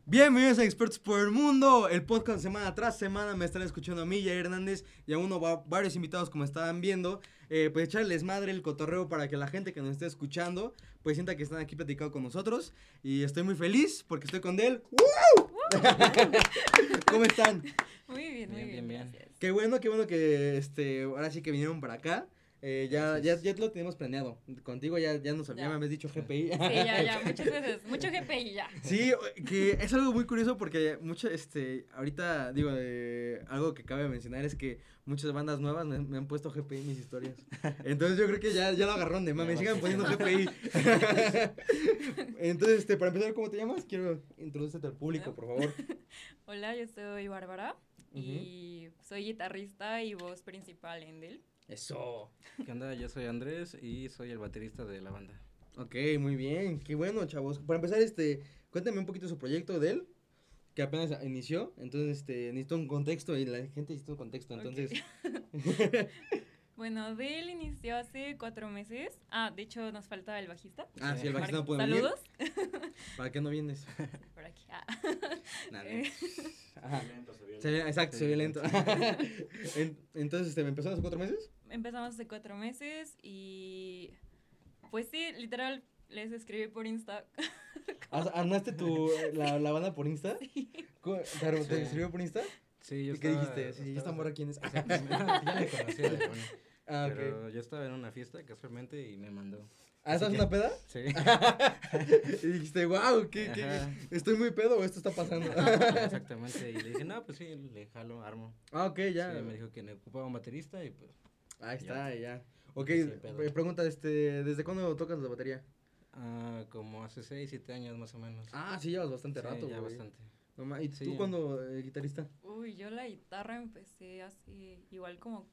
Bienvenidos a Expertos por el Mundo, el podcast semana tras semana. Me están escuchando a mí, Jair Hernández, y a varios invitados como estaban viendo. Pues echarles madre el cotorreo para que la gente que nos esté escuchando pues sienta que están aquí platicando con nosotros. Y estoy muy feliz porque estoy con Del. ¿Cómo están? Muy bien, gracias. Qué bueno que ahora sí que vinieron para acá. Ya lo tenemos planeado. Contigo ya me habías dicho GPI. Sí, ya, muchas veces. Mucho GPI ya. Sí, que es algo muy curioso porque ahorita digo, algo que cabe mencionar es que muchas bandas nuevas me han puesto GPI en mis historias. Entonces yo creo que ya lo agarraron de mame, sigan poniendo GPI. Entonces, para empezar, ¿cómo te llamas? Quiero introducirte al público, por favor. Hola, yo soy Bárbara y soy guitarrista y voz principal en Del. Eso. ¿Qué onda? Yo soy Andrés y soy el baterista de la banda. Ok, muy bien, qué bueno, chavos. Para empezar, cuéntame un poquito de su proyecto de él, que apenas inició. Entonces, necesito un contexto y la gente necesita un contexto, entonces. Okay. Bueno, Del inició hace 4 meses. De hecho, nos falta el bajista. Sí, el bajista no puede venir. Saludos. ¿Para qué no vienes? Por aquí. Nada. Exacto, se ve lento. Entonces, ¿me empezó hace 4 meses? Empezamos hace 4 meses y pues sí, literal, les escribí por Insta. ¿Armaste la banda por Insta? Sí. ¿Te escribió por Insta? Sí, ¿Y qué dijiste? Sí, esta morra quién es. Ya me conocía de una. Ok. Pero yo estaba en una fiesta casualmente y me mandó. ¿Estás en una peda? Sí. Y dijiste, wow, ¿qué? ¿Estoy muy pedo o esto está pasando? Exactamente, y le dije, no, pues sí, le jalo, armo. Ok, ya. Sí, me dijo que me ocupaba un baterista y pues. Ahí está, ya. Ok, pregunta, ¿desde cuándo tocas la batería? Como hace 6, 7 años más o menos. Sí, llevas bastante rato, ya güey. bastante. ¿Y tú cuándo, guitarrista? Uy, yo la guitarra empecé hace igual como...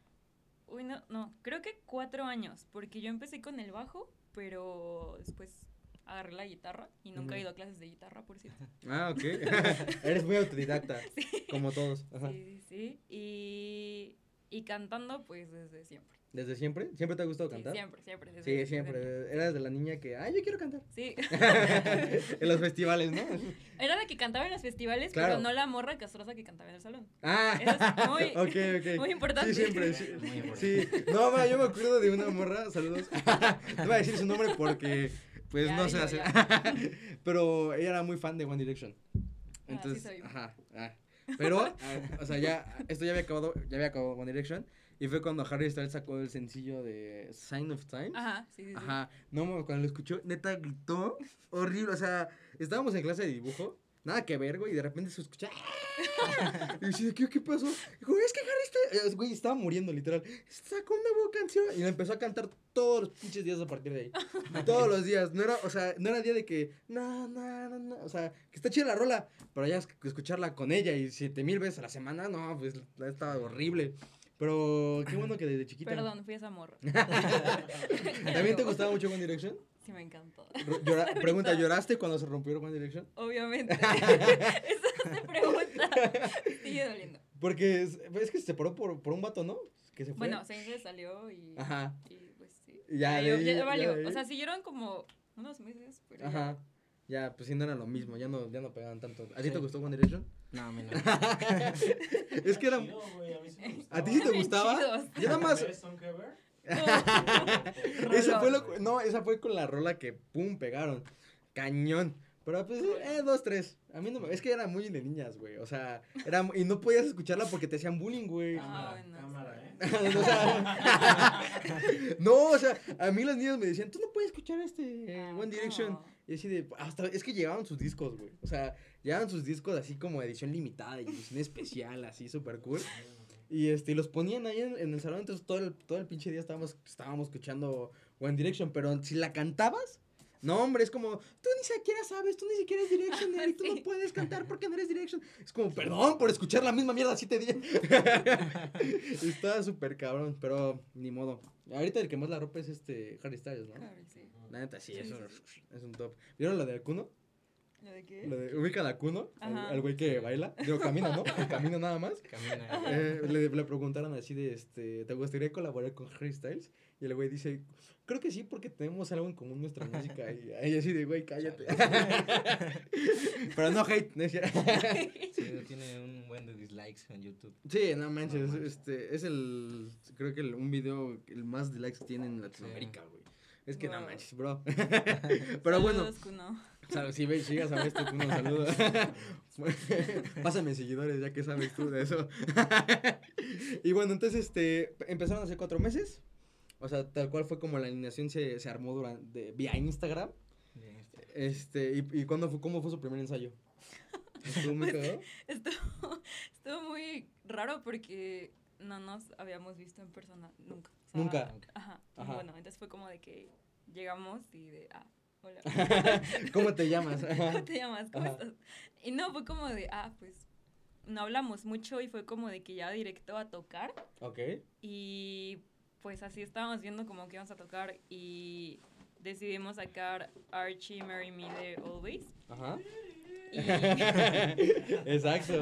no, creo que 4 años, porque yo empecé con el bajo, pero después agarré la guitarra y nunca he ido a clases de guitarra, por cierto. Ok. Eres muy autodidacta, sí. Como todos. Ajá. Sí. Y cantando, pues, desde siempre. ¿Desde siempre? ¿Siempre te ha gustado cantar? Siempre. Sí, siempre. Eras de la niña que, yo quiero cantar. Sí. En los festivales, ¿no? Era la que cantaba en los festivales, claro. pero no la morra castrosa que cantaba en el salón. Eso es muy, okay. muy importante. Sí, siempre. Muy importante. Sí. No, yo me acuerdo de una morra, saludos. No voy a decir su nombre porque, pues, no se hace. Pero ella era muy fan de One Direction. Entonces, sí soy. Pero, o sea, esto ya había acabado One Direction. Y fue cuando Harry Styles sacó el sencillo de Sign of Times. Sí. No, cuando lo escuchó, neta gritó horrible. O sea, estábamos en clase de dibujo, nada que ver, güey, y de repente se escucha. Y yo, ¿qué pasó? Dijo, es que Harry Styles, güey, estaba muriendo, literal. Sacó una nueva canción y la empezó a cantar todos los pinches días a partir de ahí. Todos los días. No era día de que, no. O sea, que está chida la rola, pero ya escucharla con ella y 7,000 veces a la semana, no, pues estaba horrible. Pero qué bueno que desde chiquita. Perdón, fui esa morra. ¿También te gustaba mucho One Direction? Sí, me encantó. Pregunta, ¿lloraste cuando se rompió One Direction? Obviamente. Esa se pregunta. Sigue doliendo. Porque es que se separó por un vato, ¿no? Que se fue. Bueno, se salió y... Ajá. Y pues sí. Ya valió. O sea, siguieron como unos meses, pero... Ajá. Ya, pues sí, no era lo mismo, ya no pegaban tanto. ¿A ti te gustó One Direction? No, a mí no. Es que era... Chido, güey, a mí sí me gustaba. ¿A ti sí te gustaba? Yo nada más... Esa fue con la rola que pum, pegaron. Cañón. Pero pues, 2, 3. A mí no me... Es que era muy de niñas, güey. O sea, y no podías escucharla porque te hacían bullying, güey. Cámara, O sea, a mí las niñas me decían, tú no puedes escuchar One Direction. No. Y así de, es que llevaban sus discos, güey. O sea, llevaban sus discos así como edición limitada y edición especial, así súper cool. Y los ponían ahí en el salón, entonces todo el pinche día estábamos escuchando One Direction, pero si la cantabas, no, hombre, es como, tú ni siquiera sabes, tú ni siquiera eres Direction, y tú no puedes cantar porque no eres Direction. Es como, perdón por escuchar la misma mierda 7 días. Estaba súper cabrón, pero ni modo. Ahorita el que más la rompe es Harry Styles, ¿no? Harry, sí. La neta, sí, eso es un top. ¿Vieron lo de Akuno? ¿Lo de qué? Ubica a Akuno, Ajá. al güey que baila. Digo, camina, ¿no? Camina nada más. Camina. Le preguntaron así de, ¿te gustaría colaborar con Harry Styles? Y el güey dice, creo que sí, porque tenemos algo en común nuestra música. Y ahí así de, güey, cállate. Pero no hate, no es cierto. Sí, tiene un buen de dislikes en YouTube. Sí, no manches, es el, creo que un video, el más de likes que tiene en Latinoamérica, güey. Es que no Wow. manches, bro. Pero bueno, Saludos, Kuno. si ves, llegas a ver esto, tú nos saludas. Pásame seguidores, ya que sabes tú de eso. Y bueno, entonces, empezaron hace 4 meses. O sea, tal cual fue como la alineación se armó vía Instagram. Bien, este. ¿Y cómo fue su primer ensayo? ¿Estuvo muy cagado? Estuvo muy raro porque no nos habíamos visto en persona nunca. O sea, Nunca. Ajá. Y Ajá. bueno, entonces fue como de que llegamos y de, hola. ¿Cómo te llamas? ¿Cómo te llamas? ¿Cómo Ajá. estás? Y no, fue como de, pues no hablamos mucho y fue como de que ya directo a tocar. Ok. Y pues así estábamos viendo como que íbamos a tocar y decidimos sacar Archie Marry Me de Always. Ajá. Y, Exacto.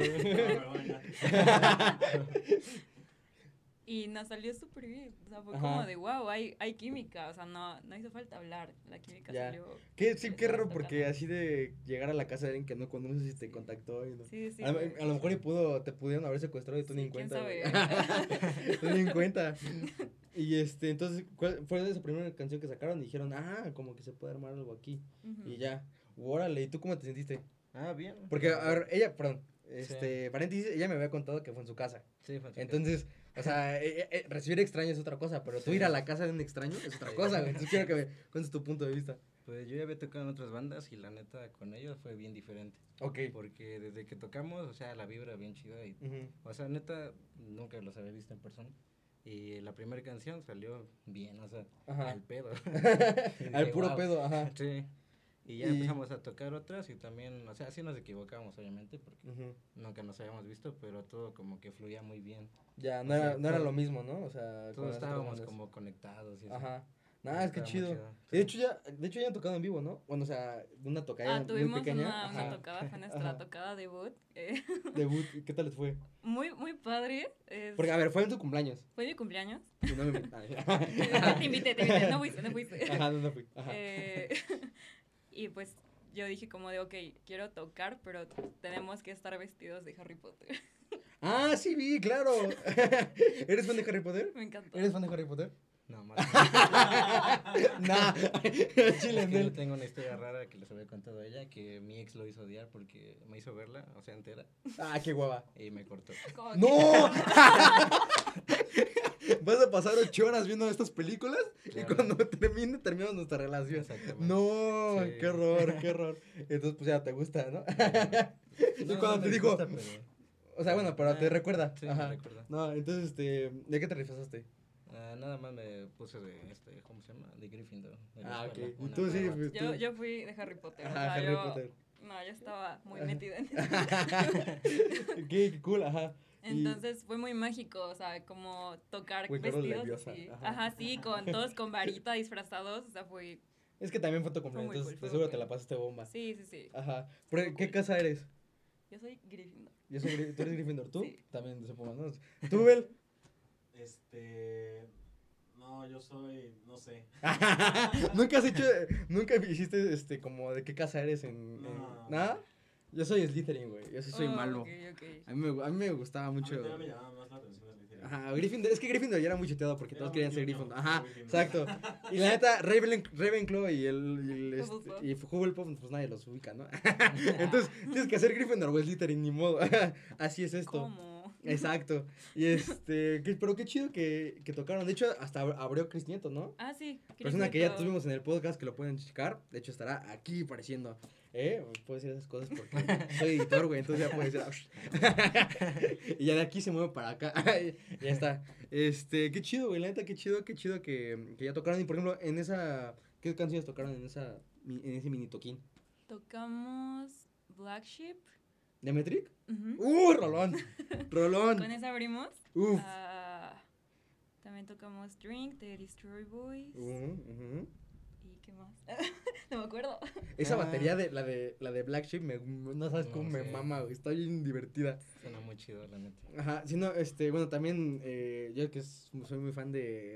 y nos salió súper bien. O sea, fue Ajá. como de wow, hay química. O sea, no hizo falta hablar. La química Ya. salió. Qué raro, porque tocando. así de llegar a la casa de alguien que no conoces y te contactó. Y no. Sí, sí. A güey. lo mejor te pudieron haber secuestrado y tú ni Sí, en quién cuenta. güey. sabe. Tú ni en cuenta. Y entonces, ¿cuál fue esa primera canción que sacaron? Y dijeron, como que se puede armar algo aquí. Ujú. Y ya. Órale, ¿y tú cómo te sentiste? Bien. Porque, a ver, ella, Sí. paréntesis, ella me había contado que fue en su casa. Sí, fue en su Entonces, o sea, recibir extraños es otra cosa, pero tú Sí. ir a la casa de un extraño es otra cosa, güey. Entonces quiero que me cuentes tu punto de vista. Pues yo ya había tocado en otras bandas y la neta con ellos fue bien diferente. Ok. Porque desde que tocamos, o sea, la vibra bien chida y, Ujú. o sea, neta, nunca los había visto en persona. Y la primera canción salió bien, o sea, Ajá. al pedo. Al Dije, puro "Wow". pedo, ajá. Sí. Y ya Y- empezamos a tocar otras y también, o sea, sí nos equivocamos obviamente porque Ujú. nunca nos habíamos visto, pero todo como que fluía muy bien. Ya, O no sea, era todo- lo mismo, ¿no? O sea, con Todos las otras estábamos bandas. como conectados y eso. Ajá. Nada, es que Estaba muy chido. chido, Y de hecho ya han tocado en vivo, ¿no? Bueno, o sea, una tocada muy Tuvimos pequeña. una Ajá. tocada, fue nuestra Ajá. tocada debut. Debut, ¿qué tal les fue? Muy, muy padre. Porque, a ver, fue en tu cumpleaños. Fue mi cumpleaños. Y no me Te invité, no fuiste. Ajá, no fui. Ajá. Y pues yo dije como de, ok, quiero tocar, pero tenemos que estar vestidos de Harry Potter. Ah, sí vi, claro. ¿Eres fan de Harry Potter? Me encantó. ¿Eres fan de Harry Potter? No, más. Nah, chile Es en que yo él. tengo una historia rara que les había contado a ella, que mi ex lo hizo odiar porque me hizo verla, o sea, entera, Ah, qué guava. y me cortó. Como que- ¡No! ¿Vas a pasar 8 horas viendo estas películas? Y Claro. cuando terminamos nuestra relación. Exactamente. No, Sí. qué horror, qué horror. Entonces, pues ya te gusta, ¿no? Y No, cuando no te me dijo, gusta, pero- o sea, bueno, pero te Ah, recuerda. Sí, Ajá. me recuerda. No, entonces, ¿de qué te disfrazaste? Nada más me puse de, ¿cómo se llama? De Gryffindor. de la Ah, escuela, ok. ¿Y una tú sí? nueva. pues, tú? Yo fui de Harry Potter. o Ajá, sea, Harry yo, Potter. No, yo estaba muy Ajá. metida en Qué cool, ajá. Y- Entonces fue muy mágico, o sea, como tocar Güey, Carol vestidos Leviosa, así. ajá. Ajá, sí, todos con varita disfrazados, o sea, fue... Es que también fue tu cumpleaños, muy entonces cool, fue de seguro muy te la cool. pasaste bomba. Sí, sí, sí. Ajá. ¿Pero Muy qué cool. casa eres? Yo soy Gryffindor. Tú eres Gryffindor, ¿tú? Sí. También, supongo, ¿no? ¿Tú, Bel? No, yo soy, no sé. Nunca hiciste, como de qué casa eres en No. ¿nada? Yo soy Slytherin, güey, yo sí soy Oh, malo. ok, ok. A mí me gustaba mucho. A mí también me llamaba más la atención Slytherin. Ajá, Gryffindor, es que Gryffindor ya era muy choteado porque Era todos muy querían ser ñoño, Gryffindor. Ajá, muy Gryffindor. exacto. Y la neta, Ravenclaw y Hufflepuff. y Hufflepuff, pues nadie los ubica, ¿no? Entonces, tienes que ser Gryffindor o Slytherin, ni modo. Así es esto. ¿Cómo? Exacto. Y pero qué chido que tocaron. De hecho, hasta abrió Chris Nieto, ¿no? Ah, sí. Persona que ya Gryffindor. tuvimos en el podcast que lo pueden checar. De hecho, estará aquí apareciendo. Puedo decir esas cosas porque soy editor, güey. Entonces ya puede ser. Y ya de aquí se mueve para acá. Y ya está. Qué chido, güey. La neta, qué chido que ya tocaron. Y por ejemplo, ¿qué canciones tocaron en ese mini toquín? Tocamos Black Sheep. ¿De Metric? Ujú. Rolón. Rolón. Con esa abrimos. Uf. También tocamos Drink de Destroy Boys. Ujú. ¿Y qué más? No me acuerdo. Esa Ah. batería de la de Black Sheep, no sabes cómo No, me sí. mama, güey. Está bien divertida. Suena muy chido, la neta. Ajá, sí, no, bueno, también yo que soy muy fan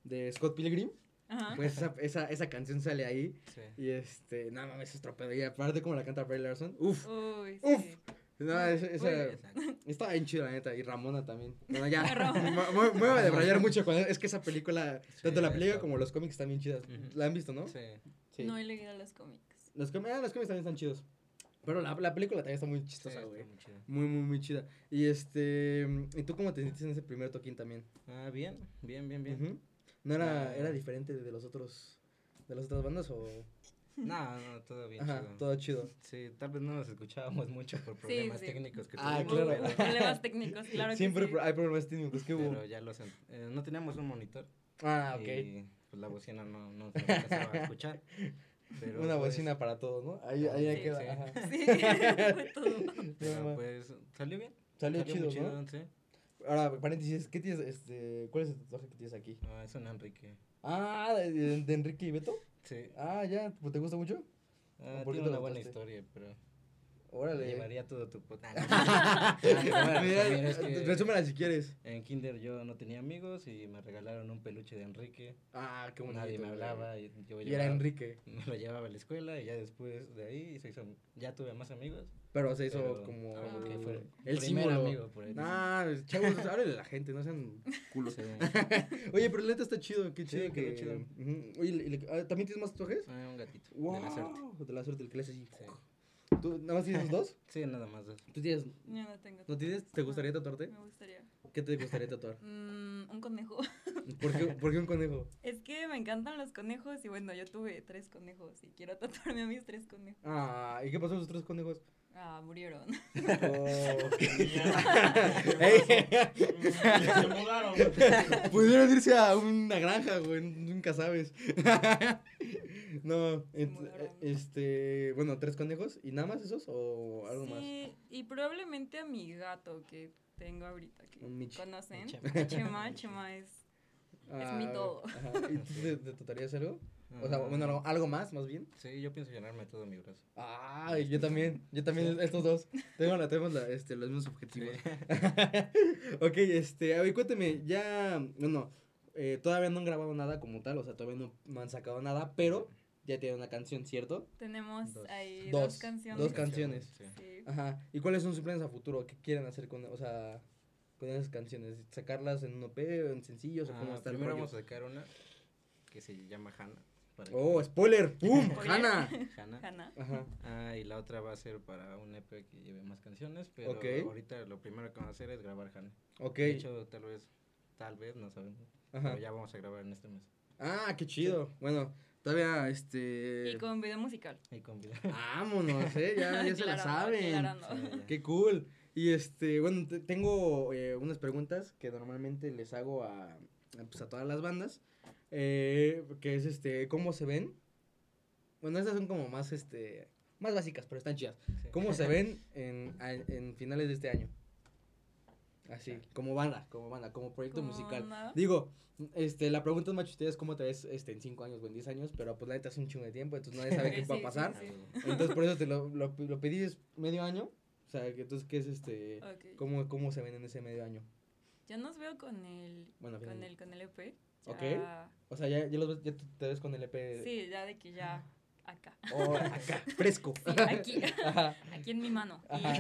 de Scott Pilgrim. Ajá. Pues esa canción sale ahí. Sí. Y no mames, es tropedo. Y aparte como la canta Bray Larson. Uf. Uy, sí. Uf. No, Muy esa bien. estaba bien chida, la neta. Y Ramona también. Bueno, ya. Ramona. Me voy a debrayar mucho con es que esa película, Sí, tanto la película está- como los cómics están bien chidas. Ujú. ¿La han visto, no? Sí. Sí. No he leído los cómics. Los cómics también están chidos. Pero la película también está muy Sí, chistosa, está güey. muy chido. Muy chida. Y ¿y tú cómo te sentiste en ese primer toquín también? Ah, bien. Ujú. ¿No era, Ah. era diferente de las otras bandas o...? No, todo bien Ajá, chido. todo chido. Sí, tal vez no nos escuchábamos mucho por problemas sí. técnicos que Ah, tuvimos. claro. Problemas técnicos, claro Siempre que sí. hay problemas técnicos, ¿qué hubo? Pero ya no teníamos un monitor. Ah, ok. Y pues la bocina no nos alcanzaba a escuchar. Pero, Una pues, bocina para todos, ¿no? Ahí Sí, queda. sí. Ajá. Sí, fue todo. Pero No, pues salió bien. Salió muy chido, ¿no? sí. Ahora, paréntesis, ¿qué tienes, ¿cuál es el tatuaje que tienes aquí? Ah, es un Enrique. Ah, de Enrique y Beto. Sí. Ah, ya, pues, ¿te gusta mucho? Ah, ¿por qué tiene te una lo buena tatuaste? historia, pero Órale. llevaría todo tu Mira, es que resúmela si quieres. en kinder yo no tenía amigos y me regalaron un peluche de Enrique. Ah, qué bonito. Nadie me güey. hablaba y yo Y era Enrique, me lo llevaba a la escuela y ya después de ahí ya tuve más amigos. pero se hizo Pero como que fue el primer símbolo. amigo, por ahí Nah, chavos, háblenle a la gente, no sean culos. Sí. Oye, pero la neta está chido, qué Sí, chido quedó que... chido. Ujú. Oye, ¿también tienes más tatuajes? Ah, un gatito. Wow, De la suerte. de la suerte, el que le hace así. Sí. ¿Tú nada más tienes dos? Sí, nada más dos. ¿Tú tienes, Yo no tengo. no tienes, te gustaría tatuarte? Me gustaría. ¿Qué te gustaría tatuar? Un conejo. ¿Por qué un conejo? Es que me encantan los conejos y bueno, yo tuve 3 conejos y quiero tatuarme a mis 3 conejos. Ah, ¿y qué pasó con los otros conejos? Ah, murieron. Oh, ok. Se mudaron. Pudieron irse a una granja, güey, nunca sabes. No, Mudaron. bueno, 3 conejos y nada más esos o algo más. Sí, y probablemente a mi gato que tengo ahorita que Un Michi. conocen. Chema. Chema es mi todo. Ajá. ¿Y tú te tatuarías algo? O sea, bueno, algo más bien. Sí, yo pienso llenarme todo mi brazo. Ah, yo también, estos dos. Tenemos los mismos objetivos. Ok, a ver, cuéntame, todavía no han grabado nada como tal, o sea, todavía no han sacado nada, pero ya tienen una canción, ¿cierto? Tenemos Dos. ahí Dos. 2 canciones. Dos canciones. Sí. Sí. Ajá. ¿Y cuáles son sus planes a futuro? ¿Qué quieren hacer con esas canciones? ¿Sacarlas en un EP o en sencillos o cómo está el Primero rollo? vamos a sacar una que se llama Hannah. para Oh, que- spoiler, ¡pum! Spoiler. ¡Hanna! Hannah. Hannah. Ajá. Y la otra va a ser para un EP que lleve más canciones, pero Ok. ahorita lo primero que vamos a hacer es grabar Hannah. Ok. De hecho, tal vez, no sabemos, Ajá. pero ya vamos a grabar en este mes. Ah, qué chido. Bueno, todavía Y con video musical. Y con video. Vámonos, ya se la Aclarando, saben. aclarando. Sí, ya. Qué cool. Y bueno, tengo unas preguntas que normalmente les hago a todas las bandas. Que es ¿cómo se ven? Bueno, estas son como más más básicas, pero están chidas. Sí. ¿Cómo se ven en finales de este año? Así, como banda, como proyecto Como musical. banda. Digo, la pregunta es más ustedes cómo te ves en 5 años o en 10 años, pero pues la neta es un chingo de tiempo, entonces nadie sabe qué Sí, va a sí, pasar. sí. Entonces por eso te lo pedí es medio año. O sea, que entonces, ¿qué es Ok. cómo se ven en ese medio año? Yo nos veo con el Bueno, con el EP. Ok. Ya- O sea, ya los ves, ya te ves con el EP. Sí, ya de que ya acá. Oh, acá, fresco. Sí, aquí. Ajá. Aquí en mi mano. Ajá.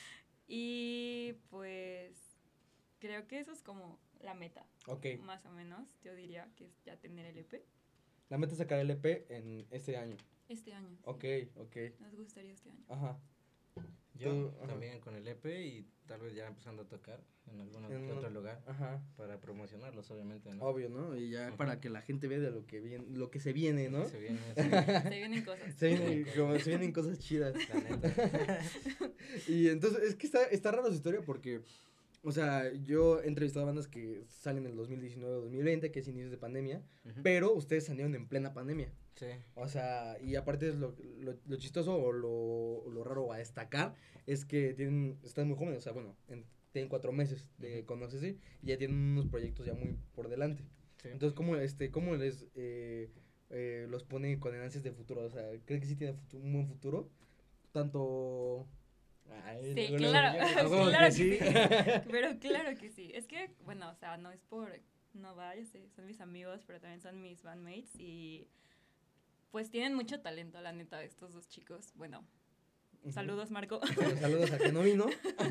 Y pues creo que eso es como la meta, Ok. más o menos. Yo diría que es ya tener el EP La meta es sacar el EP en este año. este año. sí. Ok, ok. Nos gustaría este año. Ajá. Yo Tú, ajá. también con el EP y tal vez ya empezando a tocar en algún En otro un- lugar Ajá. para promocionarlos, obviamente, ¿no? Obvio, ¿no? Y ya Ujú. para que la gente vea de lo que se viene, ¿no? Se viene, Se vienen cosas. Se vienen cosas chidas. la neta. Y entonces, es que está raro su historia porque, o sea, yo he entrevistado a bandas que salen en el 2019 o 2020, que es inicios de pandemia, Ujú. pero ustedes salieron en plena pandemia. Sí. O sea, y aparte es lo chistoso o lo raro a destacar es que están muy jóvenes, o sea, bueno, tienen 4 meses de Ujú. conocerse y ya tienen unos proyectos ya muy por delante. Sí. Entonces, ¿cómo les los pone con ansias de futuro? O sea, ¿creen que sí tienen un buen futuro? Tanto... Ay, Sí, luego, claro, yo- a huevo claro que que sí. Pero claro que sí. Es que, bueno, o sea, no es por no va, ya sé, son mis amigos, pero también son mis bandmates y pues tienen mucho talento, la neta, estos dos chicos. Bueno, Ujú. saludos, Marco. Bueno, saludos a que no vino.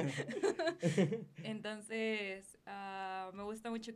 Entonces, me gusta mucho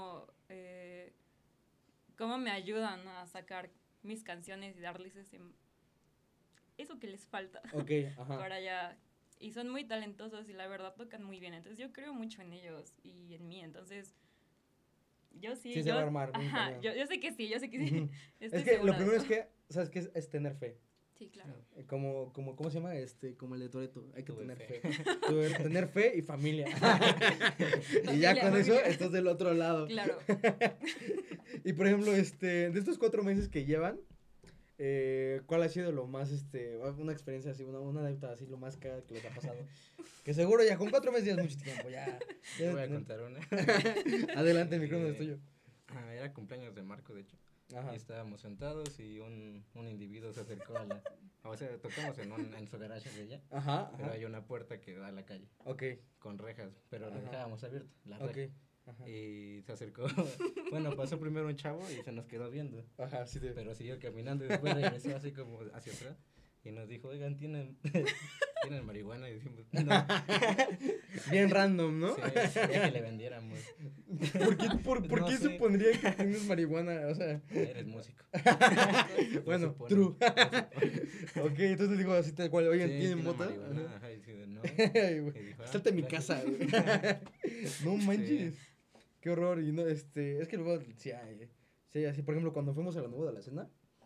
cómo me ayudan a sacar mis canciones y darles eso que les falta Ok, ajá. para ya. Y son muy talentosos y la verdad tocan muy bien. Entonces yo creo mucho en ellos y en mí. Entonces, yo sí. Sí se va a armar, muy Ajá, cañón. yo sé que sí, yo sé que sí. Ujú. Estoy Es que segura lo de primero es eso. que, ¿sabes qué es tener fe? Sí, claro. ¿Cómo se llama? Como el de Toretto. Hay que Tuve tener fe. fe. Tener fe y familia. Y ya Familia, con eso familia. estás del otro lado. Claro. Y por ejemplo, de estos 4 meses que llevan, ¿cuál ha sido lo más, una experiencia así, una anécdota así, lo más cagada que les ha pasado? Que seguro ya con 4 meses ya es mucho tiempo, ya. Te voy a contar una. Adelante, el micrófono es tuyo. Era cumpleaños de Marco, de hecho. Ajá. Y estábamos sentados y un individuo se acercó a la... O sea, tocamos en su garaje de ella. Ajá, Pero ajá. hay una puerta que da a la calle, Ok, con rejas, pero la Ajá. dejábamos abierta, la reja. ok. Ajá. Y se acercó, bueno, pasó primero un chavo y se nos quedó viendo. Ajá, sí, Pero siguió caminando y después regresó así como hacia atrás y nos dijo, oigan, ¿tienen marihuana? Y dijimos, no. Bien random, ¿no? Sí, quería que le vendiéramos. ¿Por No qué sé. supondría que tienes marihuana? O sea, Eres músico. bueno, supone. true. Ok, entonces digo así tal cual, oigan, Sí, ¿tienen ¿tienen mota? marihuana? Ajá. Ajá, y dice, no. Ay, güey, Y dijo, salte de mi gracias. casa, güey. No manches. Qué horror. Y no, es que luego, sí, así, por ejemplo, cuando fuimos a la nueva de la cena,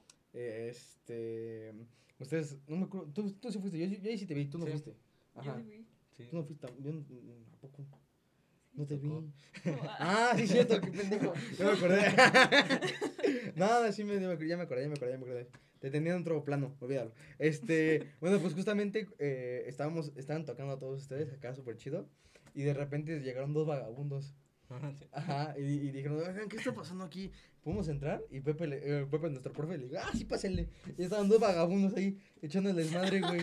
ustedes, no me acuerdo, tú sí fuiste, yo ahí sí te vi, tú no Sí. fuiste. Yo Ajá, sí vi. Sí. tú no fuiste, ¿a poco? No te vi. tocó. Ah, sí, cierto, qué pendejo. Ya me acordé. No, sí, ya me acordé. Te tenía en otro plano, olvídalo. Bueno, pues justamente estaban tocando a todos ustedes acá, súper chido. Y de repente llegaron 2 vagabundos. Ajá, sí. Ajá, y dijeron, oigan, ¿qué está pasando aquí? ¿Podemos entrar? Y Pepe, nuestro profe, le dijo, sí, pásenle. Y estaban 2 vagabundos ahí, echando el desmadre, güey.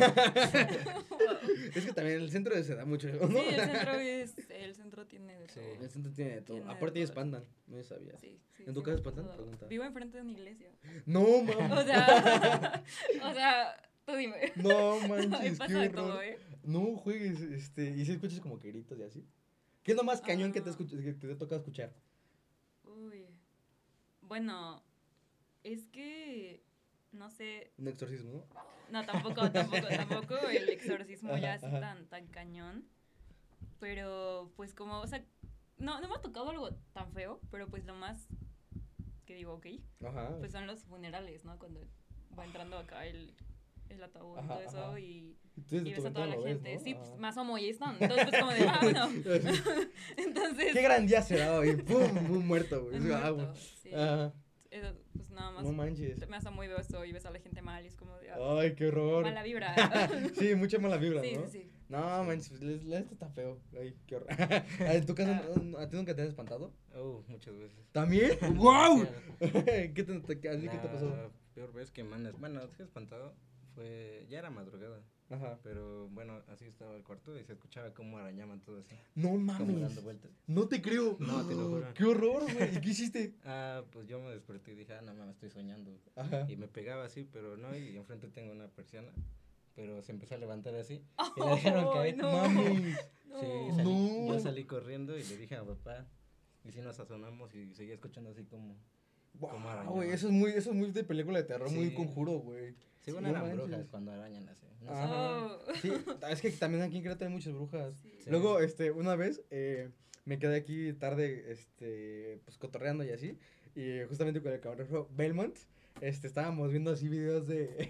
Es que también el centro se da mucho, ¿no? Sí, el centro tiene de Sí. todo. El centro tiene de todo. Tiene de Aparte ellos todo. espantan, no sabía. Sí, sí, ¿En tu sí, casa me espantan? pasó. Pregunta. Vivo enfrente de una iglesia. No, O mames. sea, tú dime. No Ahí manches, pasa qué de horror. todo, ¿eh? No juegues, y si escuchas como que gritos y así. ¿Qué es lo más cañón que Ah. que te toca escuchar? Uy. Bueno, es que no sé. Un exorcismo, ¿no? No, tampoco el exorcismo ya Ajá, así ajá. tan cañón. Pero pues como, o sea, no me ha tocado algo tan feo, pero pues lo más que digo, ok, Ajá. pues son los funerales, ¿no? Cuando va entrando acá el ataúd y Ajá, todo eso ajá. y Entonces, ves tu a toda la ventana lo ves, gente. ¿no? Sí, Ajá. pues más homo y están. Entonces pues como de, bueno. Entonces. Qué gran día será hoy. ¡Pum! Un muerto, güey. es Güey. muerto, sí. Ajá. Eso, pues nada más. No manches. Me asomo y veo eso y ves a la gente mal y es como de, Ay, qué horror. mala vibra. Sí, mucha mala vibra, Sí, ¿no? sí, sí. No, manches, pues, esto está feo. Ay, qué horror. ¿En tu casa a ti nunca te has espantado? Muchas veces. ¿También? ¡Wow! Sí, ¿Qué te pasó? La peor vez que bueno, sí espantado fue, ya era madrugada, Ajá. pero bueno, así estaba el cuarto y se escuchaba cómo arañaban todo así, No como mames. dando vueltas. No te creo. No, te lo juro. Qué horror, güey. ¿Y qué hiciste? Pues yo me desperté y dije, no mames, estoy soñando. Ajá. Y me pegaba así, pero no, y enfrente tengo una persiana, pero se empezó a levantar así. Y Ay, la dejaron caer. no. Mames. No. Sí, No. yo salí corriendo y le dije a papá, y sí nos asomamos y seguía escuchando así como... ¿Cómo Wow, arañaba? güey, eso es muy de película de terror, muy Sí. conjuro, güey. Sí, bueno, No eran manches. brujas cuando arañan así. No sé. Ajá. Oh. Sí, es que también aquí en Querétaro hay muchas brujas. Sí. Sí. Luego, una vez, me quedé aquí tarde, pues cotorreando y así, y justamente con el cabrón Belmont, estábamos viendo así videos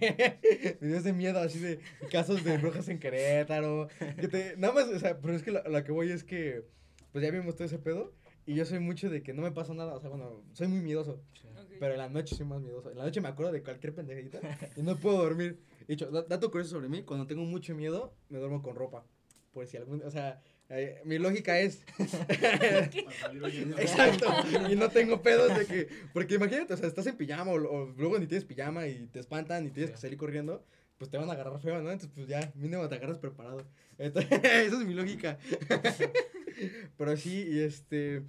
videos de miedo, así de casos de brujas en Querétaro, nada más, o sea, pero es que lo que voy es que, pues ya vimos todo ese pedo, y yo soy mucho de que no me pasa nada, o sea, bueno, soy muy miedoso, Sí. Ok. pero en la noche soy más miedoso. En la noche me acuerdo de cualquier pendejita y no puedo dormir. De hecho, dato curioso sobre mí, cuando tengo mucho miedo, me duermo con ropa. Por si algún, o sea, mi lógica es... Para salir oyendo. Exacto, y no tengo pedos de que... Porque imagínate, o sea, estás en pijama o luego ni tienes pijama y te espantan y tienes Sí. que salir corriendo, pues te van a agarrar feo, ¿no? Entonces, pues ya, mínimo te agarras preparado. Entonces, esa es mi lógica. Pero sí,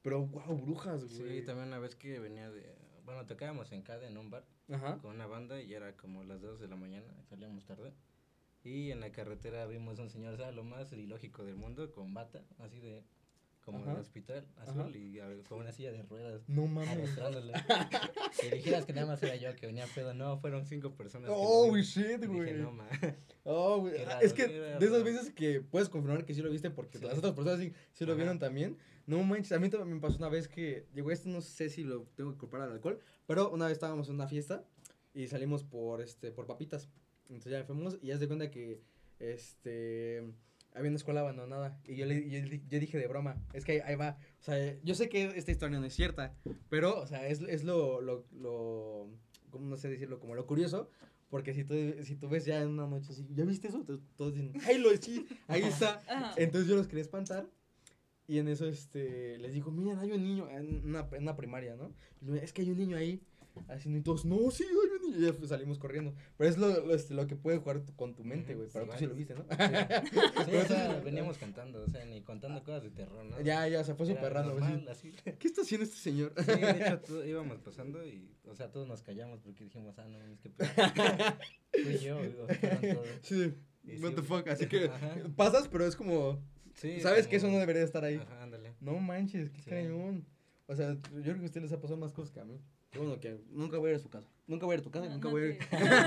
Pero, wow, brujas, güey. Sí, también una vez que venía de... Bueno, tocábamos en CADE en un bar Ajá. con una banda y era como las 2 de la mañana, salíamos tarde. Y en la carretera vimos un señor, ¿sabes? Lo más ilógico del mundo, con bata, así de... Como Ajá. en el hospital, azul, Ajá. y con una silla de ruedas. No mames. Arrastrándole. Que dijeras que nada más era yo que venía pedo. No, fueron 5 personas. que lo Oh, vieron. shit, Y dije, güey. no, ma. Oh, güey. Qué raro, Es que qué raro. de esas veces que puedes confirmar que sí lo viste porque Sí. las otras personas sí lo Ajá. vieron también. No manches, a mí también me pasó una vez que, digo, esto no sé si lo tengo que culpar al alcohol, pero una vez estábamos en una fiesta y salimos por papitas. Entonces ya fuimos y ya se de cuenta que, había una escuela abandonada y yo dije de broma, es que ahí va, o sea, yo sé que esta historia no es cierta, pero, o sea, es lo, ¿cómo no sé decirlo? Como lo curioso, porque si tú ves ya en una noche así, ¿ya viste eso? Todos dicen, sí, ahí está. Ajá. Entonces yo los quería espantar y en eso, les digo, miren, hay un niño en una primaria, ¿no? Y luego, es que hay un niño ahí, así, y todos, no, sí, hay un niño, y ya pues, salimos corriendo. Pero es lo que puede jugar con tu mente, güey, pero Sí, tú sí lo bueno. viste, ¿no? Sí, o sea, veníamos cantando, o sea, ni contando cosas de terror, ¿no? Ya, o sea, fue Era súper raro, normal, güey. así. ¿Qué está haciendo este señor? Sí, de hecho, íbamos pasando y, o sea, todos nos callamos porque dijimos, no, es que fui yo, digo, fueron todos. Sí, Y what sí, the fuck, así que ajá. pasas, pero es como, Sí, sabes que como- eso no debería estar ahí. Ajá, ándale. No manches, qué Sí. cañón. O sea, yo creo que a ustedes les ha pasado más cosas que a mí. Qué bueno que nunca voy a ir a su casa. Nunca voy a ir a tu casa y No, nunca no voy a ir.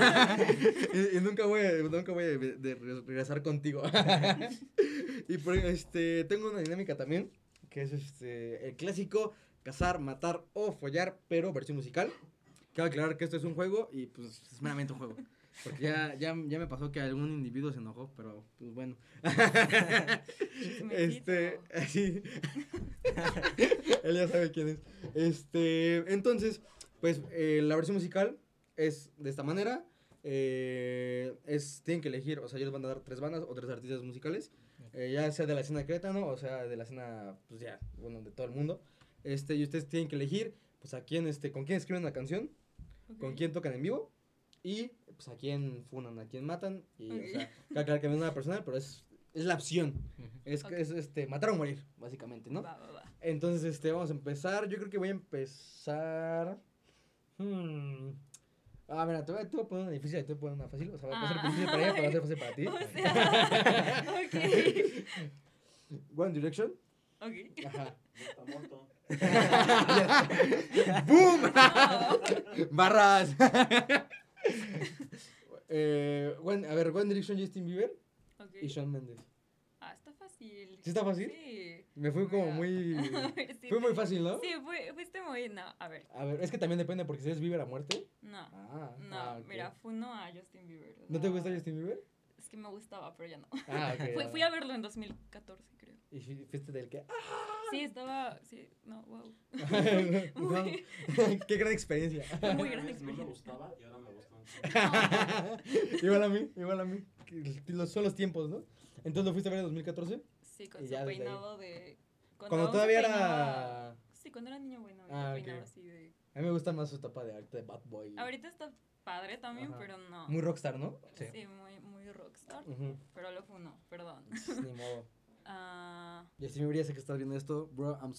te- y nunca voy a regresar contigo. y tengo una dinámica también, que es el clásico cazar, matar o follar, pero versión musical. Quiero aclarar que esto es un juego y pues es meramente un juego. Porque ya me pasó que algún individuo se enojó, pero pues bueno. Chismecito. Así. Él ya sabe quién es. Entonces, pues la versión musical es de esta manera. Tienen que elegir, o sea, ellos van a dar 3 bandas o 3 artistas musicales. Ya sea de la escena de Querétaro o sea de la escena, pues ya, bueno, de todo el mundo. Y ustedes tienen que elegir, pues a quién, con quién escriben la canción, con Ok. quién tocan en vivo y pues a quién funan, a quién matan. Y, Ok. o sea, claro que no es nada personal, pero es la opción. Ujú. Es, Ok. es matar o morir, básicamente, ¿no? Va, va, va. Entonces, vamos a empezar. Yo creo que voy a empezar. Mira, te voy a poner una difícil y te voy a poner una fácil. O sea, va a ser difícil para ella, pero va a ser fácil para ti. O sea, ok. One Direction. Ok. Ajá. Está muerto. ¡Boom! No. Barras. A ver, One Direction, Justin Bieber Ok. y Shawn Mendes. Ah, está fácil. ¿Sí está fácil? Sí. Me fui como Mira. muy. A ver, sí, Fue muy sí. fácil, ¿no? Sí, fuiste muy. No, a ver. A ver, es que también depende porque si es Bieber a muerte. No. Ah, ok. Mira, funo a Justin Bieber. ¿No te gusta Justin Bieber? Es que me gustaba, pero ya no. Ok. Fui a verlo en 2014, creo. ¿Y fuiste del qué? Sí, estaba. Sí, no, wow. Wow. Qué gran experiencia. Muy gran No me experiencia. gustaba y ahora me gusta. igual a mí. Son los tiempos, ¿no? Entonces lo fuiste a ver en 2014. Sí, con Y su ya desde ahí. peinado de. Cuando aún se todavía peinaba- era. Sí, cuando era niño bueno. Ah, se peinaba ok. así de. A mí me gusta más su etapa de arte de Bad Boy. Ahorita está padre también, Ajá. pero no. Muy rockstar, ¿no? Sí. Sí, muy rockstar. Ujú. Pero lo funo, perdón. Ni modo. Ah, Y si me hubiera sé que estás viendo esto, bro, I'm so.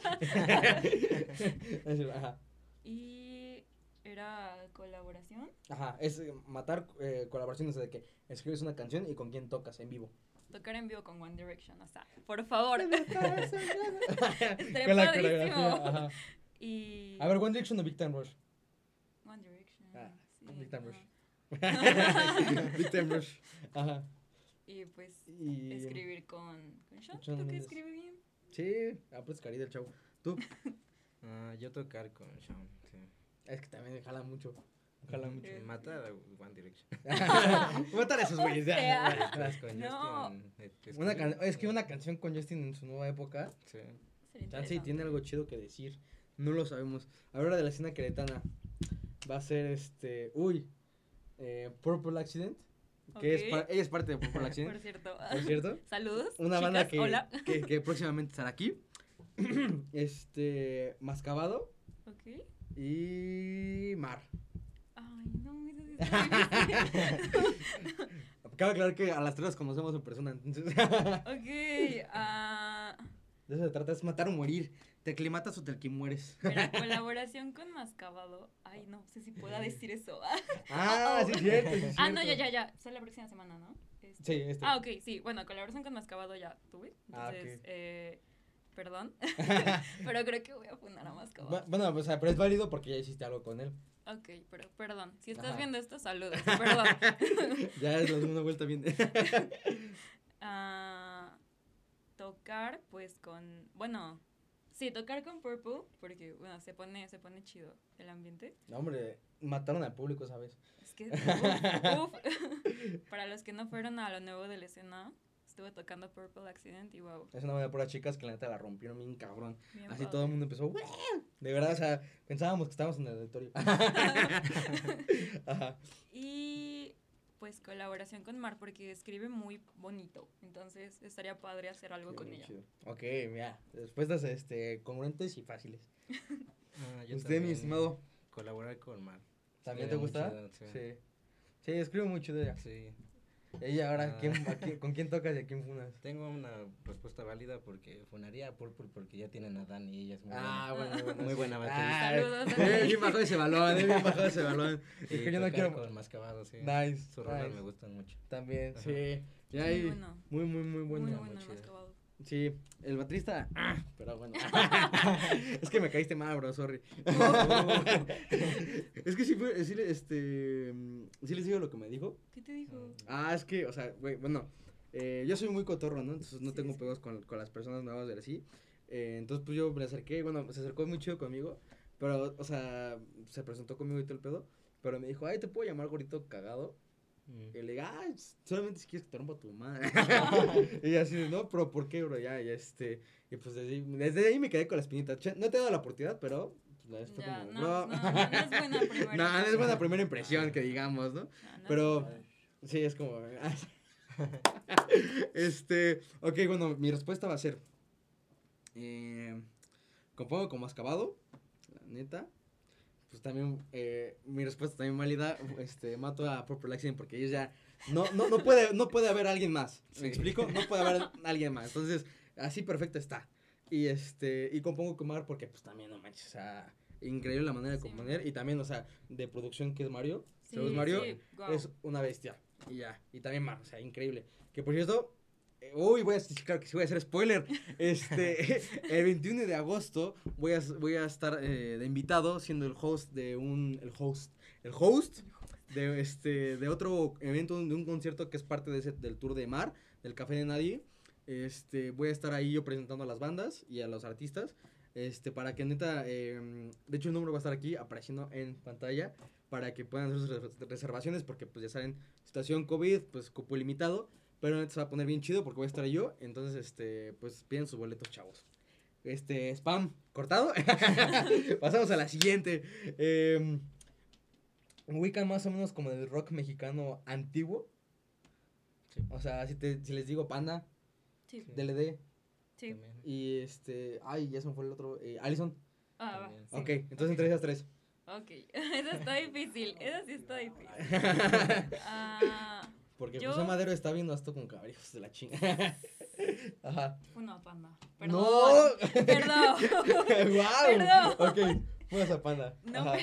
Ajá. y era colaboración. Ajá. Es matar colaboraciones de que escribes una canción y con quién tocas en vivo. Tocar en vivo con One Direction, o sea, por favor. Con Estaría la padrísimo. coreografía. Ajá. Y. A ver, One Direction o Big Time Rush. One Direction. Sí, Big Time no. Rush. Big Time Rush. Ajá. Y pues Y. escribir con Sean. Shawn ¿Tú que Mendes. escribe bien? Sí, pues carita el chavo. Tú. Yo tocar con Shawn, sí. Es que también jala mucho. Jala mucho. Matar a One Direction. Matar a esos güeyes, ya. O sea. ya, ya. Pues con No. Justin, Es que una canción con Justin en su nueva época. Sí. Sería Chance y interesante. tiene algo chido que decir. No lo sabemos. Ahora de la escena queretana. Va a ser Purple Accident. Que Ok. ella es parte de Purple Por Accident. cierto. ¿Por cierto? Saludos. Una banda chicas, hola. que próximamente estará aquí. Mascabado Ok. y Mar. Ay, no, eso sí está difícil. Cabe aclarar que a las tres las conocemos en persona, entonces. Ok. De eso se trata, es matar o morir. Te aclimatas o te alquimueres. Pero colaboración con Mascabado. Ay, no sé si pueda decir eso. Ah, sí es cierto, sí es Ah, no, cierto. ya. Sale la próxima semana, ¿no? Sí, este. Ah, ok, sí. Bueno, colaboración con Mascabado ya tuve. Ah, Entonces, ok. perdón. Pero creo que voy a fundar a Mascabado. Bueno, o sea, pero es válido porque ya hiciste algo con él. Ok, pero perdón. Si estás Ajá. viendo esto, saludos. Perdón. Ya es la segunda vuelta bien. Ah, tocar, pues con. Bueno, sí, tocar con Purple. Porque, bueno, se pone chido el ambiente. No, hombre, mataron al público, ¿sabes? Es que, uf. Para los que no fueron a lo nuevo de la escena, estuve tocando Purple Accident y wow. Es una buena pura chicas que la neta la rompieron bien cabrón. Bien Así padre. todo el mundo empezó, ¡Wee! De verdad, o sea, pensábamos que estábamos en el auditorio. Ajá. Y pues colaboración con Mar porque escribe muy bonito. Entonces estaría padre hacer algo Sí, con muy ella. chido. Ok, mira, respuestas congruentes y fáciles. Yo Usted, mi también, estimado, Colaborar con Mar. ¿también Estaría te muy gusta? chido, sí. Sí. Sí, escribe muy chido ella. Sí. Ella ahora, Ah. ¿con quién tocas y a quién funas? Tengo una respuesta válida porque funaría a Purple porque ya tienen a Dani y ella es muy Ah, buena. bueno, Muy buena Ah, Saludos, bien bajado ese balón, bien bajado ese balón. Y Es que yo no tocar quiero. con Mascabado, sí. Nice. Sus rolas nice. me gustan mucho. También, Ajá. sí. Ya Muy hay. bueno. Muy Muy bueno. bueno, muy el chido. Mascabado. Sí, el baterista. Pero bueno. Es que me caíste mal, bro, sorry. Es que sí fue. Sí, sí les digo lo que me dijo. ¿Qué te dijo? Ah, es que, o sea, güey, bueno. Yo soy muy cotorro, ¿no? Entonces no Sí, tengo sí. pedos con las personas nuevas de así. Entonces, pues yo me acerqué. Bueno, se acercó muy chido conmigo. Pero, o sea, se presentó conmigo y todo el pedo. Pero me dijo, ay, ¿te puedo llamar gordito cagado? Mm. Y le digo, ah, solamente si quieres que te rompa tu madre. Y así, de, no, pero ¿por qué, bro? Ya, y pues desde ahí me quedé con la espinita. No te he dado la oportunidad, pero pues, la vez fue Ya, como, no, bro. no es buena primera No, no es buena impresión. primera impresión, que digamos, ¿no? No, no es Pero, buena. sí, es como, ok, bueno, mi respuesta va a ser, compongo como Mascabado, la neta. Pues también, mi respuesta también válida, mato a Purple Accident porque ellos ya, no puede haber alguien más, ¿me Sí. explico? No puede haber alguien más, entonces, así perfecto está, y compongo con Mar porque, pues, también, no manches, o sea, increíble la manera de Sí, componer, muy y también, o sea, de producción que es Mario, Sí, ¿sabes, Mario? sí, guau. Es una bestia, y ya, y también Mar, o sea, increíble, que por cierto, uy, claro que sí voy a hacer spoiler. El 21 de agosto voy a estar de invitado siendo el host de de otro evento, de un concierto que es parte del tour de Mar, del Café de Nadie. Voy a estar ahí yo presentando a las bandas y a los artistas. Para que neta, de hecho el número va a estar aquí apareciendo en pantalla para que puedan hacer sus reservaciones porque pues ya saben, situación COVID, pues cupo limitado. Pero neta se va a poner bien chido porque voy a estar yo. Entonces, pues piden sus boletos, chavos. Spam cortado. Pasamos a la siguiente. Ubican más o menos como el rock mexicano antiguo. Sí. O sea, si les digo Panda, Sí, DLD. sí. También. Y ay, ya se me fue el otro. Allison. Ah, va. También. Sí. Ok, entonces entre esas tres. Ok, eso está difícil. Eso sí está difícil. Ah, Porque Yo- José Madero está viendo esto con cabrijos de la chinga. Ajá. una panda. Perdón. ¡No! Perdón. ¡Wow! Perdón. Ok, fuimos a Panda. No Ajá.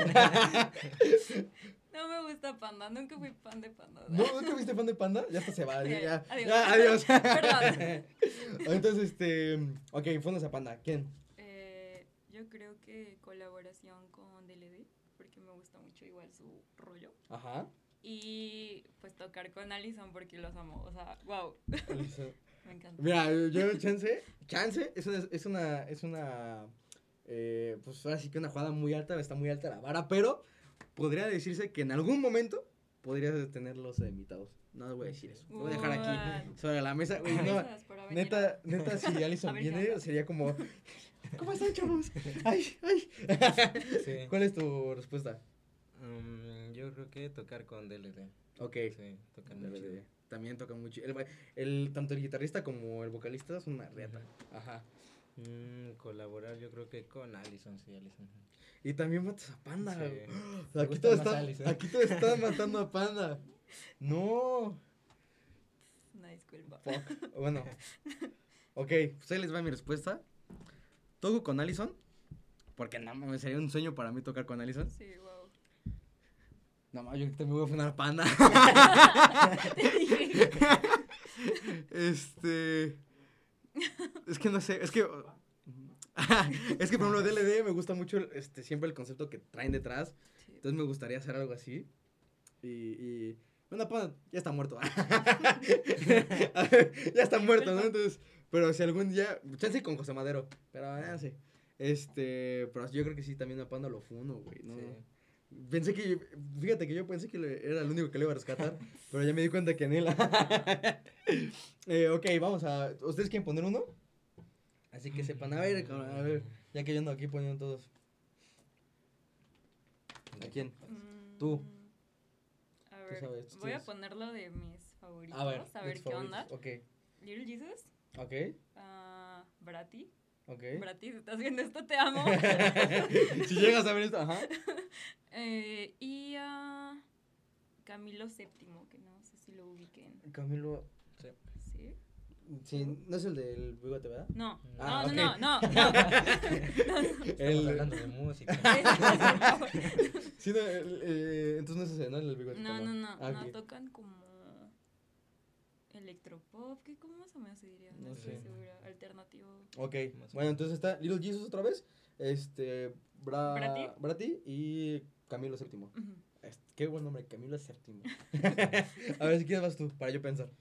No me gusta panda. Nunca fui fan de panda. ¿No? ¿Nunca viste fan de Panda? Ya hasta se va. Ya, Adiós. ya, adiós. Perdón. Entonces, ok, fuimos a Panda. ¿Quién? Yo creo que colaboración con DLD, porque me gusta mucho igual su rollo. Ajá. Y pues tocar con Allison porque los amo. O sea, wow, me encanta. Mira, yo chance es una pues ahora sí que una jugada muy alta, está muy alta la vara, pero podría decirse que en algún momento podrías tenerlos de invitados. No les voy a decir eso. Lo voy a dejar aquí What? sobre la mesa. Güey, no, Gracias por venir. neta, si A Allison ver qué viene, onda. sería como, ¿cómo están, chavos? Ay. Sí. ¿Cuál es tu respuesta? Yo creo que tocar con DLD. Ok. Sí, tocar muy chido. DLD. También toca mucho. Tanto el guitarrista como el vocalista son una reata. Ajá. Colaborar yo creo que con Allison, sí, Allison. Y también matas a Panda. Sí. güey. Me Aquí gusta todo, más Allison. aquí todo está matando a Panda. No. Una disculpa. Fuck. Bueno. Ok, pues ahí les va mi respuesta. toco con Allison. Porque no mames, sería un sueño para mí tocar con Allison. Sí, wow. No mames, yo ahorita me voy a funar Panda. Te dije. Es que no sé, es que es que por ejemplo DLD me gusta mucho siempre el concepto que traen detrás. Sí. Entonces me gustaría hacer algo así. Y bueno, Panda ya está muerto. A ver, ya está muerto, ¿no? Entonces, pero si algún día, chance con José Madero, pero ya sé. Pero yo creo que sí, también a Panda lo funo, güey, ¿no? Sí. Fíjate que yo pensé que era el único que le iba a rescatar, pero ya me di cuenta que en él. Ok, ¿ustedes quieren poner uno? Así que sepan, a ver, ya que yo ando aquí poniendo todos. ¿A quién? Tú. A ver, sabes, voy a tienes- ponerlo de mis favoritos. A ver, qué onda. Ok, Little Jesus, ok, Bratty. ok. Bratty, si estás viendo esto, te amo. Si llegas a ver esto, ajá. Y a Camilo VII, que no sé si lo ubiquen. Camilo, ¿Sí? sí, no es el del bigote, ¿verdad? No, Ah, ok. no. Estamos hablando de música. Sí, no, entonces no es ese, ¿no? El del bigote. No, Ah, ok. tocan como electropop, que como más o menos se diría, No no estoy sé. segura, alternativo. Ok, Más o bueno, entonces está Little Jesus otra vez, ¿Bratty? Bratty y Camilo VII. Ujú. Qué buen nombre, Camilo VII. A ver, si quieres vas tú, para yo pensar.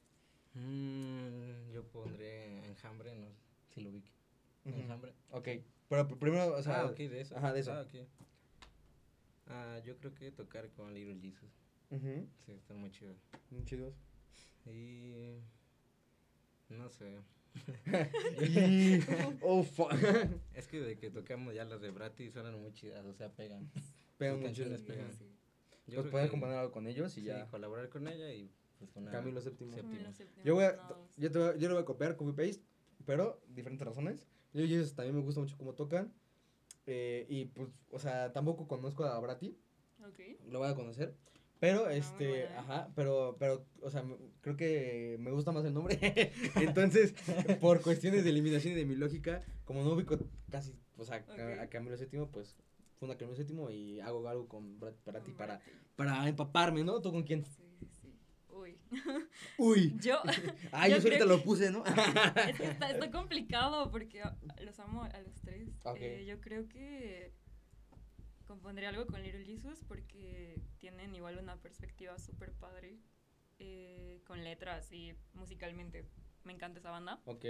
Yo pondré Enjambre, no sé si lo ubique. Ujú. Enjambre. Ok, pero primero, o sea... Ok, de eso. Ajá, de eso. Ok. Yo creo que tocar con Little Jesus. Ujú, Sí, están muy chidos. muy chidos. Y... no sé. Y... Oh, fuck. Es que de que tocamos ya las de Bratty suenan muy chidas, o sea, pegan. Pegan Sus muy chidas. canciones pegan. Sí. Yo Pues creo puedes que componer algo con ellos y sí, ya. colaborar con ella y pues una... Camilo VII. Camilo Séptimo. VII, Yo nominados. yo lo voy a copiar, copy-paste, pero diferentes razones. Little Jesus también me gusta mucho cómo tocan. Y pues, o sea, tampoco conozco a Bratty. Ok. Lo voy a conocer. Pero, muy buena, ¿eh? ajá, pero, o sea, creo que me gusta más el nombre. Entonces, por cuestiones de eliminación y de mi lógica, como no ubico casi, o sea, Ok. a Camilo VII, pues, fue una Camilo VII y hago algo con Bratty Con para Bratty. empaparme, ¿no? ¿Tú con quién? Sí. Uy. Uy. Yo. Ay, yo yo solita creo lo puse, ¿no? Es que está complicado porque los amo a los tres. Ok. Yo creo que compondré algo con Little Jesus porque tienen igual una perspectiva súper padre con letras y musicalmente. Me encanta esa banda. Ok.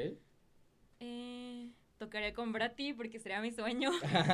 Tocaré con Bratty porque sería mi sueño.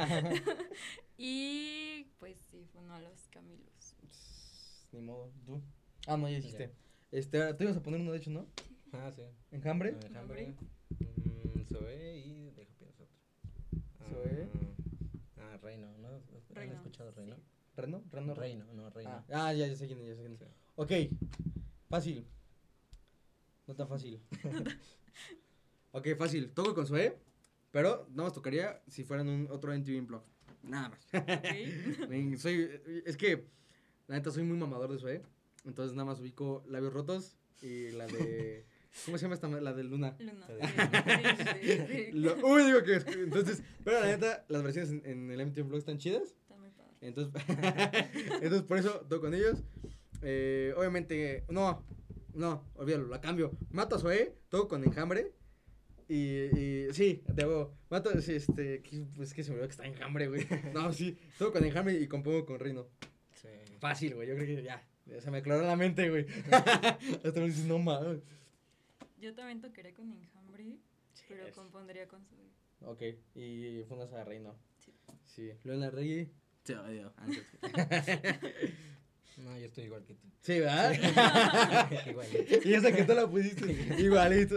Y pues sí, fue uno de los Camilos. Ni modo, tú. Ah, no, ya dijiste. Tú ibas a poner uno, de hecho, ¿no? Sí. ¿Enjambre? Enjambre. Zoé y deja pensar otro. Zoé. Reino, ¿no? ¿Han Reino, escuchado Reino? sí. ¿Reno? Reino, no, Reino. Ya sé quién es, ya sé quién es. Sí. Ok, fácil. No tan fácil. Ok, fácil. Toco con Zoé, pero nada más tocaría si fueran otro MTV Unplugged. Nada más. Ok. Es que, la neta, soy muy mamador de Zoé. Entonces nada más ubico Labios Rotos y la de... ¿Cómo se llama esta? La de Luna. Luna. Sí. Uy, digo que... Entonces, pero la neta, las versiones en el MTV Unplugged están chidas. Está muy padre. Entonces por eso toco con ellos. Obviamente, no, olvídalo, la cambio. Mato a Zoé, toco con Enjambre. Y sí, mato, sí, pues que se me olvidó que está Enjambre, güey. No, sí, toco con Enjambre y compongo con Rino. Sí. Fácil, güey, yo creo que ya. Se me aclaró la mente, güey. Hasta me dices, no mames. Yo también tocaré con Enjambre, pero Yes. compondría con Zoe. Ok, y fundas a Reino. Sí. Sí, Leona Reggie. Te odio. No, yo estoy igual que tú. Sí, ¿verdad? Igual. Y esa que tú la pusiste igualito.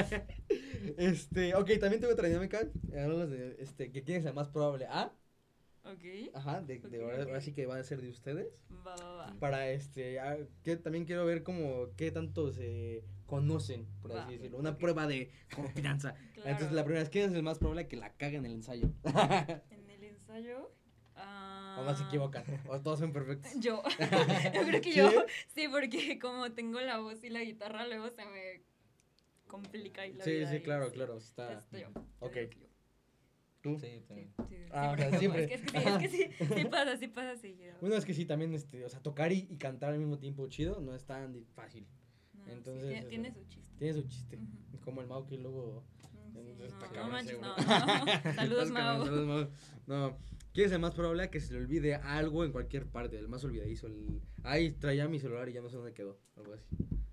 Ok, también tengo otra dinámica. Hablamos de que quién es el más probable A. Ok. Ajá, ahora Ok. sí que va a ser de ustedes. Va. Para que también quiero ver como qué tanto se conocen, por así Va, decirlo. Una ok. prueba de confianza. Claro. Entonces la primera es quién es el más probable que la cague en el ensayo. En el ensayo. O no se equivocan. O todos son perfectos. Yo. Yo creo que ¿Sí? yo. Sí, porque como tengo la voz y la guitarra, luego se me complica y la Sí, vida sí, y claro, sí. claro. Está. Yo Ok. digo que yo. ¿Tú? Sí, Sí, también. sí, Ah, o porque sea, como- siempre. Es que sí pasa seguido. Bueno, es que sí, también, o sea, tocar y cantar al mismo tiempo chido no es tan fácil. No, sí, Entonces, tiene eso. su chiste. Tiene su chiste. Ujú. Como el Mau que luego... Sí, está no, cabrón no manches, ese, no, bro. no. Saludos, Estás cabrón, Mau. saludos, Mau. No, ¿quién es el más probable a que se le olvide algo en cualquier parte? El más olvidadizo. Ay, traía mi celular y ya no sé dónde quedó. Algo así.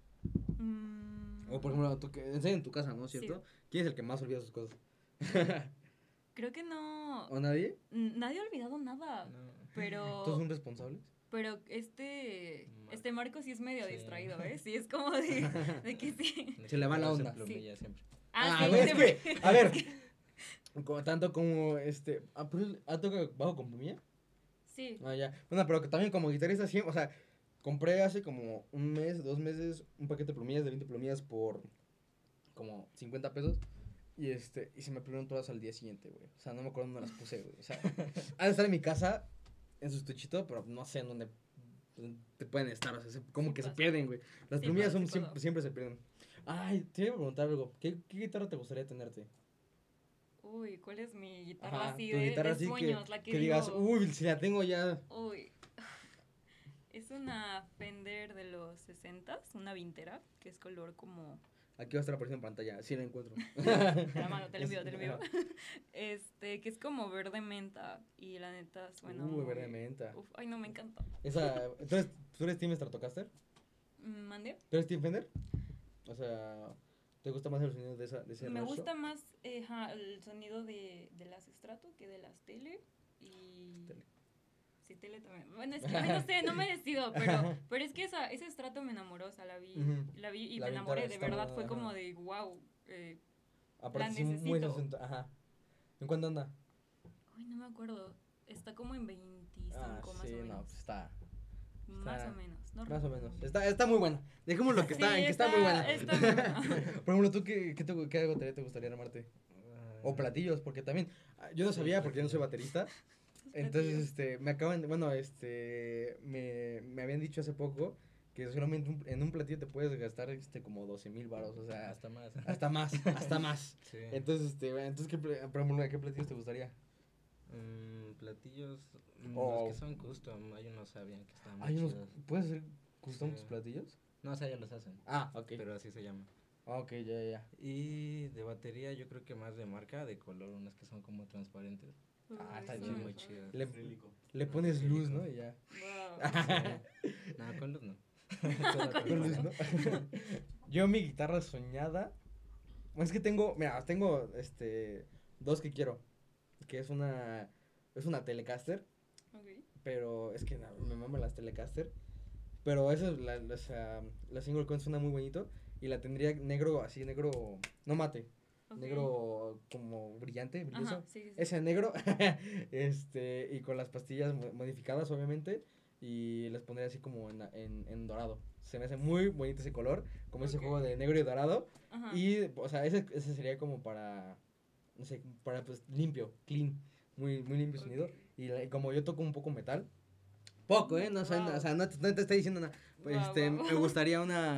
O por ejemplo, tú que en tu casa, ¿no? Sí. ¿Cierto? ¿Quién es el que más olvida sus cosas? Creo que no. ¿O nadie? Nadie ha olvidado nada. No. ¿Todos Pero. son responsables? Pero Marco sí es medio Sí. distraído, ¿eh? Sí, es como de que sí. Se le va la Pero onda. se plumilla siempre. Ah, sí, güey, es siempre. que, a ver, tanto como ¿ha tocado bajo con plumilla? Sí. Ah, ya. Bueno, pero que también como guitarrista siempre, o sea, compré hace como un mes, 2 meses, un paquete de plumillas de 20 plumillas por como 50 pesos. Y se me perdieron todas al día siguiente, güey. O sea, no me acuerdo dónde las puse, güey. O sea, ha de estar en mi casa, en su estuchito, pero no sé en dónde te pueden estar. O sea, como Sí que se pasa. pierden, güey. Las Sí plumillas pasa, son sí pasa. siempre se pierden. Ay, te iba a preguntar algo. ¿Qué guitarra te gustaría tenerte? Uy, ¿cuál es mi guitarra Ajá, así tu guitarra de así sueños? La que digas, digo, uy, si la tengo ya. uy. Es una Fender de los 60s, una Vintera, que es color como... Aquí va a estar apareciendo en pantalla, sí la encuentro. Espera, mano, te lo envío. Ajá. Que es como verde menta y la neta suena Verde menta. Uf, ay, no, me encanta. ¿Tú eres Team Stratocaster? ¿Mandé? ¿Tú eres Team Fender? O sea, ¿te gusta más el sonido de ese Me rostro? gusta más el sonido de las Strato que de las Tele y... Tele. Sí, Tele también. Bueno, es que ay, no sé, no me decido, pero es que ese Strato me enamoró, o sea, la vi Ujú. y La me Vintera enamoré, de está verdad, buena, fue como ajá. de wow. Aparte, la sí, muy necesito. 60. Ajá. ¿En cuánto anda? Ay, no me acuerdo, está como en 25 más o sí, menos. no, pues está. Más está- o menos, no Más o recuerdo. menos. Está muy buena. Dejémoslo que está, Sí, en que está muy buena. está muy buena. Por ejemplo, ¿tú qué batería te gustaría armarte? O platillos, porque también. Yo no Sí, sabía porque yo no soy platillos. baterista. Entonces, me acaban de, bueno, me habían dicho hace poco que solamente en un platillo te puedes gastar, como 12,000 varos, o sea, Hasta más. hasta más. Sí. Entonces, por ejemplo, ¿qué platillos te gustaría? Platillos, O- los que son custom, hay unos sabían que están muy Hay unos, chidos. ¿puedes hacer custom Sí. tus platillos? No, o sea, ya los hacen, Ah, ok. pero así se llama. Ok, ya. Y de batería yo creo que más de marca, de color, unas que son como transparentes. Ah, está Uy, chido. Muy muy chidas. Le, Acrílico. le pones luz, ¿no? Y ya. Wow. No, con luz no. Con luz, ¿no? Yo mi guitarra soñada. Es que tengo, mira, tengo dos que quiero. Que es una Telecaster. Ok. Pero es que no, me maman las Telecaster. Pero esa es o sea, la single coin suena muy bonito. Y la tendría negro, así, negro, no mate. Ok. Negro como brillante, brilloso. Ajá, sí. Ese negro. Y con las pastillas modificadas, obviamente. Y les pondría así como en dorado. Se me hace muy bonito ese color. Como ese Ok. juego de negro y dorado. Ajá. Y, o sea, ese sería como para, no sé, para pues limpio, clean. Muy, muy limpio el sonido. Ok. Y como yo toco un poco metal. Poco, ¿eh? No, Wow. o sea, no te estoy diciendo nada. Pues, Wow, wow. me gustaría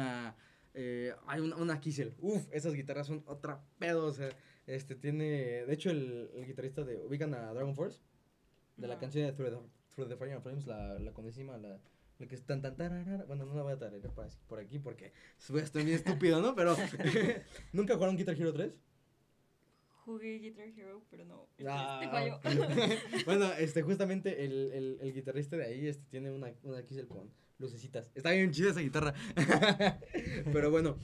una Kissel. Uf, esas guitarras son otra pedo. O sea, de hecho, el guitarrista ubican a Dragon Force, de la No. canción de Through the Fire and Flames, la conocida, la que es tan tan tararara. Bueno, no la voy a tararear por aquí porque estoy bien estúpido, ¿no? Pero, ¿nunca jugaron Guitar Hero 3? Jugué Guitar Hero, pero no. Ah. Te falló. Bueno, justamente el guitarrista de ahí tiene una Kissel con lucecitas. Está bien chida esa guitarra. Pero bueno,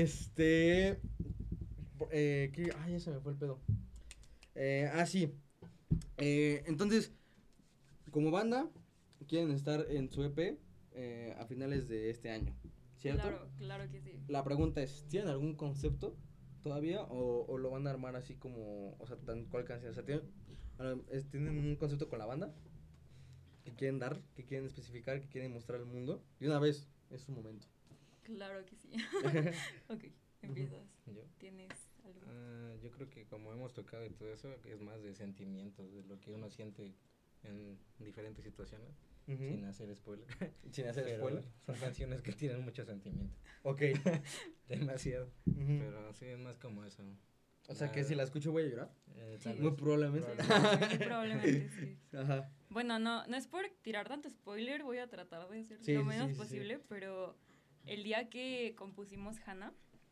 ya se me fue el pedo. Sí. Entonces, como banda, quieren estar en su EP a finales de este año, ¿cierto? Claro que sí. La pregunta es, ¿tienen algún concepto todavía o lo van a armar así como, o sea, tan cual canción? O sea, ¿tienen un concepto con la banda que quieren dar, que quieren especificar, que quieren mostrar al mundo? Y una vez, es su momento. Claro que sí. Ok, empiezas. Yo. ¿Tienes algo? Yo creo que como hemos tocado y todo eso, es más de sentimientos, de lo que uno siente en diferentes situaciones, sin hacer spoiler. Sin hacer Pero spoiler. son canciones que tienen mucho sentimiento, Ok. demasiado. Ujú. Pero sí, es más como eso. O sea, que si la escucho voy a llorar. Tal Muy vez. probablemente. Muy probablemente sí. Ajá. Bueno, no es por tirar tanto spoiler, voy a tratar de hacer Sí, lo sí, menos sí, sí, posible, pero el día que compusimos Hannah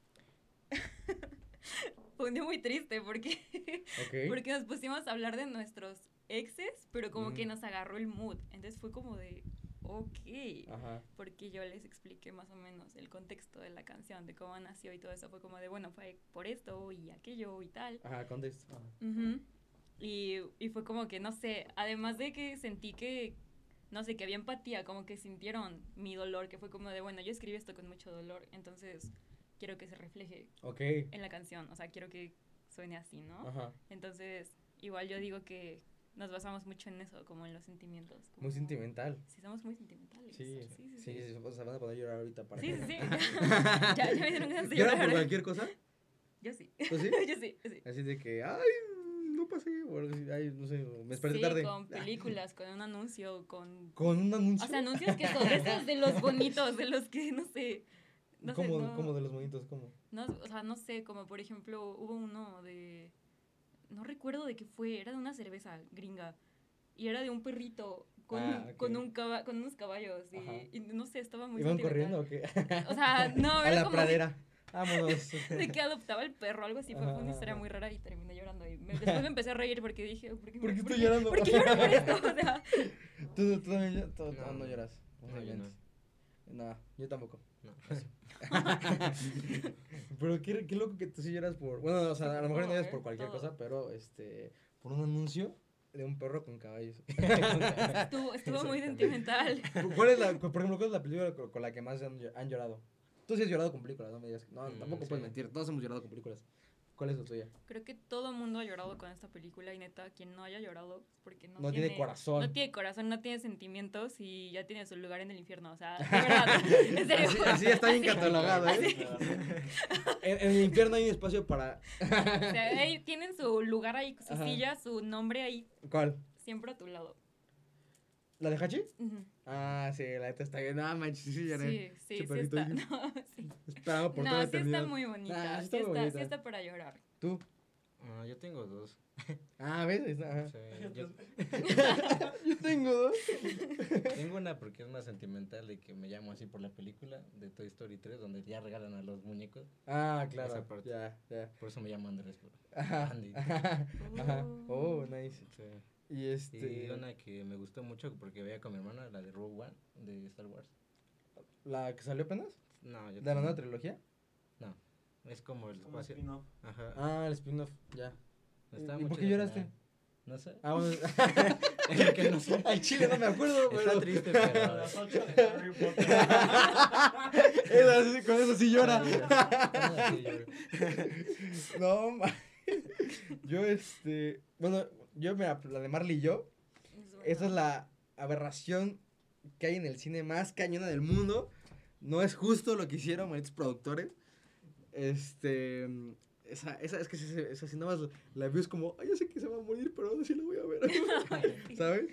fue un día muy triste porque, Ok. porque nos pusimos a hablar de nuestros exes, pero como que Mm. nos agarró el mood. Entonces fue como de, ok, Ajá. porque yo les expliqué más o menos el contexto de la canción, de cómo nació y todo eso. Fue como de, bueno, fue por esto y aquello y tal. Ajá, contexto. Ajá. Ujú. Y fue como que, no sé, además de que sentí que, no sé, que había empatía, como que sintieron mi dolor, que fue como de, bueno, yo escribí esto con mucho dolor, entonces quiero que se refleje Ok. en la canción, o sea, quiero que suene así, ¿no? Ajá. Entonces, igual yo digo que nos basamos mucho en eso, como en los sentimientos. Muy como- sentimental. Sí, somos muy sentimentales. Sí, sí. sí, o sea, van a poder llorar ahorita para Sí, que- sí, sí. Ya me dieron ganas de ¿Lloran llorar. por cualquier cosa? Yo sí. ¿Tú sí? Yo sí, yo sí. Así de que, ay, no pasé, o algo así, ay, no sé, me desperté Sí, tarde. con películas, con un anuncio, con... ¿Con un anuncio? O sea, anuncios que son de esos de los bonitos, de los que, no sé... No sé, ¿Cómo, no, cómo de los monitos? ¿Cómo? no, o sea, no sé, como por ejemplo, hubo uno de... No recuerdo de qué fue, era de una cerveza gringa. Y era de un perrito con, Ok. con unos caballos. Ajá. Y no sé, estaba muy ¿Iban sentimental. corriendo o qué? O sea, no, A era la como pradera. Vámonos. de que adoptaba el perro, algo así. Fue Ajá, una historia ajá. muy rara y terminé llorando. Y después me empecé a reír porque dije, ¿por qué estoy llorando? ¿Por qué lloro por esto? O sea, ¿Tú también tú No, no lloras? no, No yo no. inventes. No, yo tampoco. No. Pero qué loco que tú sí lloras por... Bueno, o sea, Sí, a lo por mejor no todo, lloras por cualquier todo. cosa, pero por un anuncio de un perro con caballos. estuvo muy sentimental. ¿Cuál es la, por ejemplo, cuál es la película con la que más han llorado? Tú sí has llorado con películas, no me digas. No, tampoco puedes Sí. mentir, todos hemos llorado con películas. ¿Cuál es la tuya? Creo que todo el mundo ha llorado con esta película y neta, quien no haya llorado es porque No tiene corazón. No tiene corazón, no tiene sentimientos y ya tiene su lugar en el infierno. O sea, de verdad, en serio. Así está bien catalogado, ¿eh? Así. En el infierno hay un espacio para... O sea, ahí tienen su lugar ahí, su Ajá. silla, su nombre ahí, ¿Cuál? siempre a tu lado. ¿La de Hachi? Ujú. Ah, sí, la neta está bien. No, manches, sí lloré. Sí, Che, sí perrito, está. dije, No, sí. esperaba por toda No, la sí está eternidad. muy bonita. Ah, sí, está muy bonita. sí está para llorar. ¿Tú? Ah, yo tengo dos. Ah, ¿ves? Ahí está, ajá. Sí, yo Yo tengo dos. tengo una porque es más sentimental de que me llamo así por la película de Toy Story 3, donde ya regalan a los muñecos. Ah, claro. Esa parte. Ya. Por eso me llamo Andrés. Ajá. Andy. Ajá. Oh, nice. Sí. Y Y una que me gustó mucho porque veía con mi hermana, la de Rogue One de Star Wars. ¿La que salió apenas? No, yo ¿De la nueva trilogía? No, es como el Como espacio. spin-off. Ajá. Ah, el spin-off, ya. Está ¿Y muy por qué chida lloraste? al final. No sé. Ah, bueno. Es que no sé. Al chile no me acuerdo, Está pero... triste, A pero. las 8 de Harry Potter. Con eso sí llora. Sí, lloro. No, yo, bueno, la de Marley y yo, esa es la aberración que hay en el cine más cañona del mundo. No es justo lo que hicieron malditos productores. Esa es que esa si nada más la veo es como, ay, yo sé que se va a morir, pero ahora sí la voy a ver. ¿Sabes?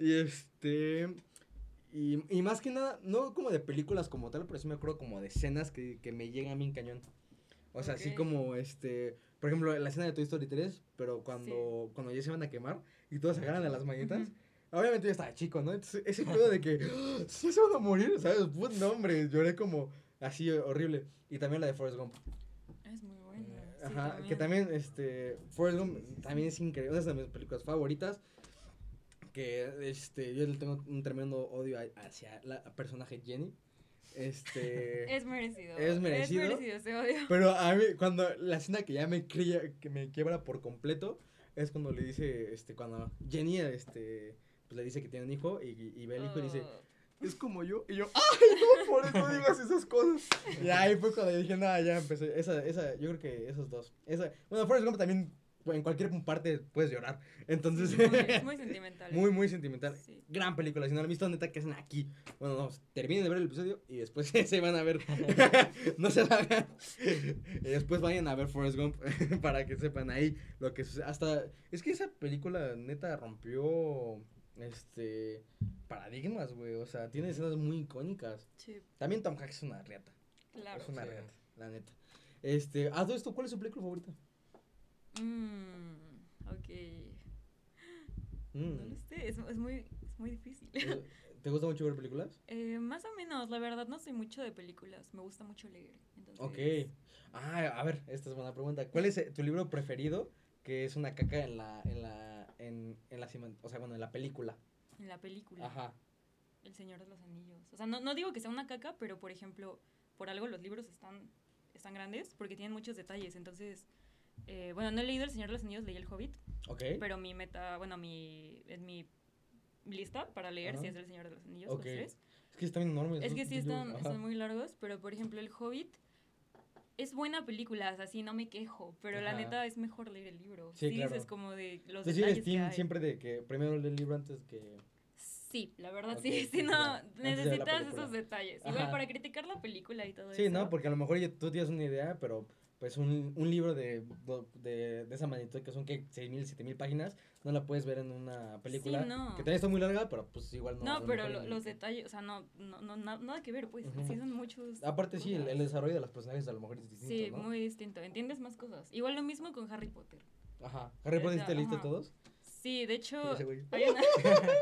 Y más que nada, no como de películas como tal, pero sí me acuerdo como de escenas que me llegan bien cañón. O sea, así Ok. como, por ejemplo, la escena de Toy Story 3, pero cuando ya se van a quemar y todos se agarran a las manitas. Ujú. Obviamente yo estaba chico, ¿no? Entonces, ese pedo de que, ¡ah! ¿Sí se van a morir? ¿Sabes? Pues, no, hombre, lloré como así horrible. Y también la de Forrest Gump. Es muy buena. sí, Ajá, que también, Forrest Gump también es increíble, una de mis películas favoritas, que, yo le tengo un tremendo odio hacia la personaje Jenny, Es merecido. Es merecido. Es merecido ese odio. pero a mí, cuando la escena que ya que me quiebra por completo, es cuando le dice, cuando Jenny, pues le dice que tiene un hijo, y ve al hijo y dice, Oh. es como yo, y yo, ¡ay, no, por eso digas esas cosas! Y ahí fue cuando dije, nada, ya empecé, yo creo que esos dos, bueno, Forrest Gump también, en cualquier parte puedes llorar, entonces, Es muy sentimental. muy, muy sentimental, Sí. gran película, si no la han visto, neta, que hacen aquí, bueno, no, terminen de ver el episodio, y después se van a ver, no se hagan, y después vayan a ver Forrest Gump, para que sepan ahí lo que sucede, es que esa película, neta, rompió, paradigmas, güey, o sea, tiene escenas muy icónicas. Sí, También Tom Hanks es una riata. claro. Es una Sí. riata, la neta. Todo esto, ¿cuál es su película favorita? Ok. Mm. No lo sé, es muy difícil. ¿Te gusta mucho ver películas? Más o menos, la verdad no soy mucho de películas, me gusta mucho leer. Entonces, Ok. A ver, esta es buena pregunta. ¿Cuál es tu libro preferido que es una caca o sea, bueno, en la película? en la película, Ajá. El Señor de los Anillos. O sea, no digo que sea una caca, pero por ejemplo, por algo los libros están grandes porque tienen muchos detalles. Entonces, bueno, no he leído El Señor de los Anillos, leí El Hobbit, Ok. pero mi meta, bueno, en mi lista para leer Ajá. sí es El Señor de los Anillos, Ok. los tres. Es que están enormes. Es que esos sí libros. Ajá. están muy largos, pero por ejemplo El Hobbit es buena película, o sea, sí, no me quejo, pero la Ajá. neta es mejor leer el libro. Sí, claro. dices como de los Tú sí detalles eres que team hay. siempre de que primero lee el libro antes que... Sí, la verdad Ok, sí, sí, no, ya. Antes de ver la necesitas película. esos detalles. Ajá. Igual para criticar la película y todo Sí, eso. ¿no? Porque a lo mejor tú tienes una idea, pero pues un libro de esa magnitud que son que 6,000, 7,000 páginas, no la puedes ver en una película Sí, no. que también está muy larga, pero pues igual no. a No, lo pero mejor los detalles, o sea, nada que ver, pues. Ujú. Sí, son muchos. Aparte sí, el cosas. desarrollo de los personajes a lo mejor es distinto, Sí, ¿no? muy distinto. Entiendes más cosas. Igual lo mismo con Harry Potter. Ajá. ¿Harry O Potter sí sea, te leíste ajá. todos? Sí, de hecho, Ese güey. hay una...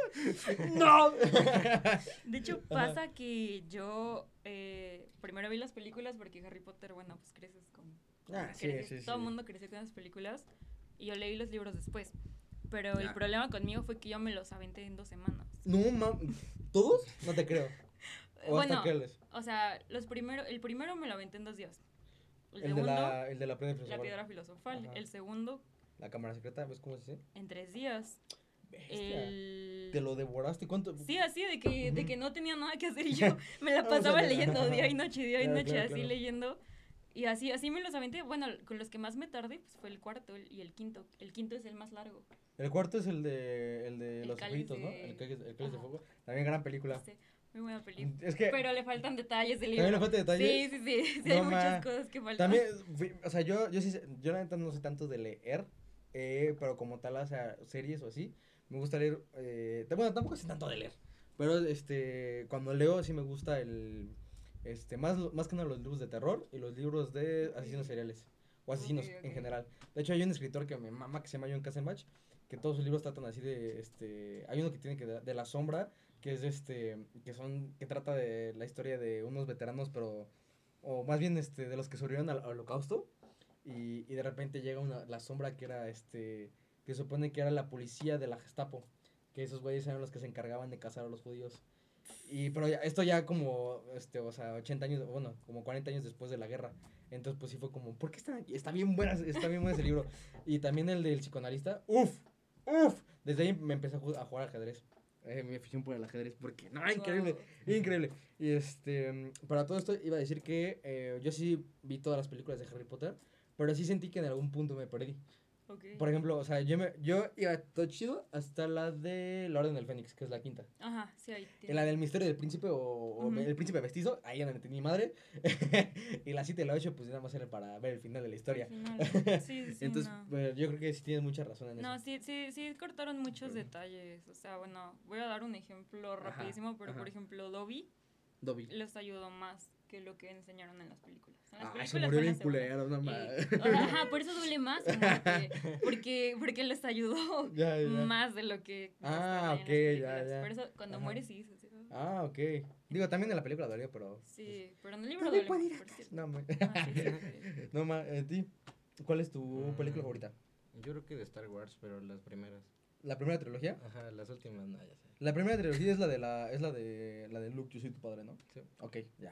¡No! De hecho, pasa que yo primero vi las películas porque Harry Potter, bueno, pues creces con... Sí, todo el sí. mundo creció con las películas y yo leí los libros después. Pero el Ya. problema conmigo fue que yo me los aventé en 2 semanas. No, ¿todos? No te creo. ¿O hasta Bueno, qué les? o sea, el primero me lo aventé en 2 días. El El segundo, de la piedra la filosofal. piedra filosofal. Ajá. El segundo, La cámara secreta, ¿ves cómo se dice? en 3 días. Bestia. El... ¿Te lo devoraste? ¿Cuánto? Sí, así de que Ujú. no tenía nada que hacer y yo me la Vamos a pasaba leer. leyendo día y noche, Claro, así claro. leyendo. Y así me los aventé. Bueno, con los que más me tardé pues, fue el cuarto y el quinto. El quinto es el más largo. El cuarto es el de El los cáliz ojitos, ¿no? de- El cáliz de Ajá. fuego. También gran película. Sí, muy buena película. Es que Pero le faltan detalles del ¿también libro. le falta detalles? Sí, No, hay ma. muchas cosas que faltan. También, o sea, yo sí, yo la neta no sé tanto de leer, pero como tal, o sea, series o así, me gusta leer, bueno, tampoco sé tanto de leer, pero cuando leo sí me gusta más que nada los libros de terror y los libros de asesinos seriales, o asesinos Ok, ok. en general. De hecho, hay un escritor que me mama que se llama John Kassenbach, que todos sus libros tratan así hay uno que tiene de La Sombra, que es que trata de la historia de unos veteranos, pero o más bien de los que sobrevivieron al holocausto y de repente llega la sombra que era que se supone que era la policía de la Gestapo, que esos güeyes eran los que se encargaban de cazar a los judíos. Pero esto ya como o sea, 80 años, bueno, como 40 años después de la guerra. Entonces pues sí fue como, ¿por qué están aquí? Está bien buena ese libro. Y también el del psicoanalista, uf. Desde ahí me empecé a jugar ajedrez. Mi afición por el ajedrez, porque no, increíble, increíble. Y para todo esto iba a decir que yo sí vi todas las películas de Harry Potter, pero sí sentí que en algún punto me perdí. Ok. Por ejemplo, o sea, yo iba todo chido hasta la de La Orden del Fénix, que es la quinta. Ajá, sí, ahí En la del misterio del príncipe Ujú. el príncipe mestizo, ahí ya no entendí mi madre. Y la 7 y la 8 pues nada más era para ver el final de la historia. Al final. Sí, Entonces, no. yo creo que sí tienes mucha razón en No, eso. sí cortaron muchos Ujú. detalles. O sea, bueno, voy a dar un ejemplo Ajá, rapidísimo, pero ajá. por ejemplo, Dobby Dobby. les ayudó más que lo que enseñaron en las películas. En las Ah, se películas murió fue bien la segunda. culero, no Y- mames. o sea, ajá, por eso duele más su muerte, porque les ayudó Ya. más de lo que Ah, muestran ok, en ya, las películas. ya. Por eso cuando Ajá. muere sí dices, Ah, ok. Digo, también en la película dolió, pero. sí, pero en el libro Dobby duele puede más, ir a por casa. cierto. No, Ah, sí, sí. no ¿ti? ¿Cuál es tu película favorita? Yo creo que de Star Wars, pero las primeras. ¿La primera trilogía? Ajá, las últimas no, ya sé. La primera trilogía es la de Luke, yo soy tu padre, ¿no? Sí. Ok, ya.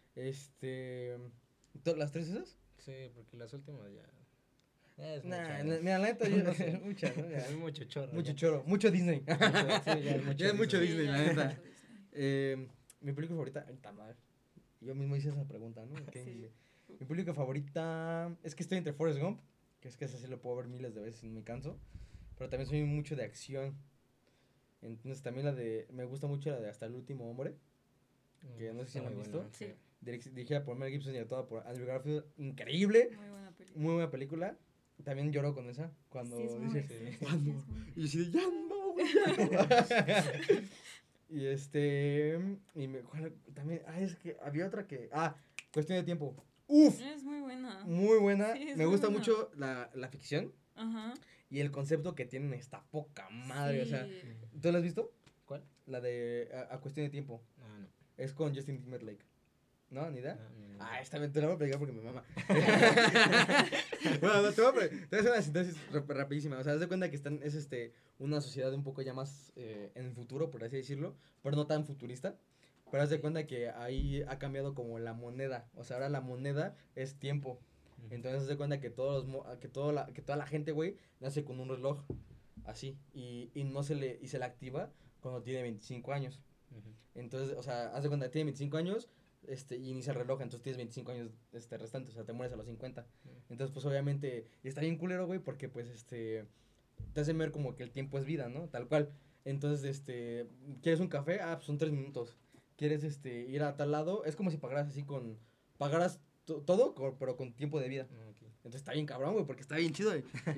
¿Las tres esas? Sí, porque las últimas ya. Es Nah, mucho, mira, la neta, yo muchas, ¿no? Ya. Hay mucho chorro. Mucho ya. choro, mucho Disney. Sí, ya es mucho Ya es mucho Disney. Disney, Sí, la ya, neta. mucho Disney. Mi película favorita, ahorita madre. Yo mismo hice esa pregunta, ¿no? ¿Qué Sí. hice? Mi película favorita es que estoy entre Forrest Gump, que es que esa sí lo puedo ver miles de veces y no me canso, pero también soy mucho de acción. Entonces también me gusta mucho la de Hasta el último hombre, que no sé si Está la han muy visto. buena, Sí. Dirigida por Mel Gibson y actuada por Andrew Garfield, increíble, Muy buena película. muy buena película. También lloró con esa cuando Sí, es muy- dice, sí, sí, "¿Cuándo?". es muy- Y yo así de, ya no, güey, ya no". Y también, es que había otra Cuestión de tiempo. Uf, Es muy buena. muy buena. Sí, es Me muy gusta buena. mucho la ficción Ajá. y el concepto que tienen está poca madre. O sea, Sí. ¿tú la has visto? ¿Cuál? La de A Cuestión de Tiempo. Ah, no. Es con Justin Timberlake. ¿No? ¿Ni idea? No. Ah, esta vez te la voy a platicar porque me mama. Bueno, no, te voy a hacer una síntesis rapidísima. O sea, haz de cuenta que es una sociedad un poco ya más en el futuro, por así decirlo, pero no tan futurista. Pero haz de cuenta que ahí ha cambiado como la moneda. O sea, ahora la moneda es tiempo. Entonces haz de cuenta que que toda la gente, güey, nace con un reloj así y no se le activa cuando tiene 25 años. Entonces, o sea, haz de cuenta que tiene 25 años y inicia el reloj, entonces tienes 25 años restantes, o sea, te mueres a los 50. Entonces, pues obviamente, y está bien culero, güey, porque pues te hacen ver como que el tiempo es vida, ¿no? Tal cual. Entonces, ¿quieres un café? Ah, pues son 3 minutos. ¿Quieres ir a tal lado? Es como si pagaras así pagaras todo, pero con tiempo de vida. Entonces está bien cabrón, güey, porque está bien chido.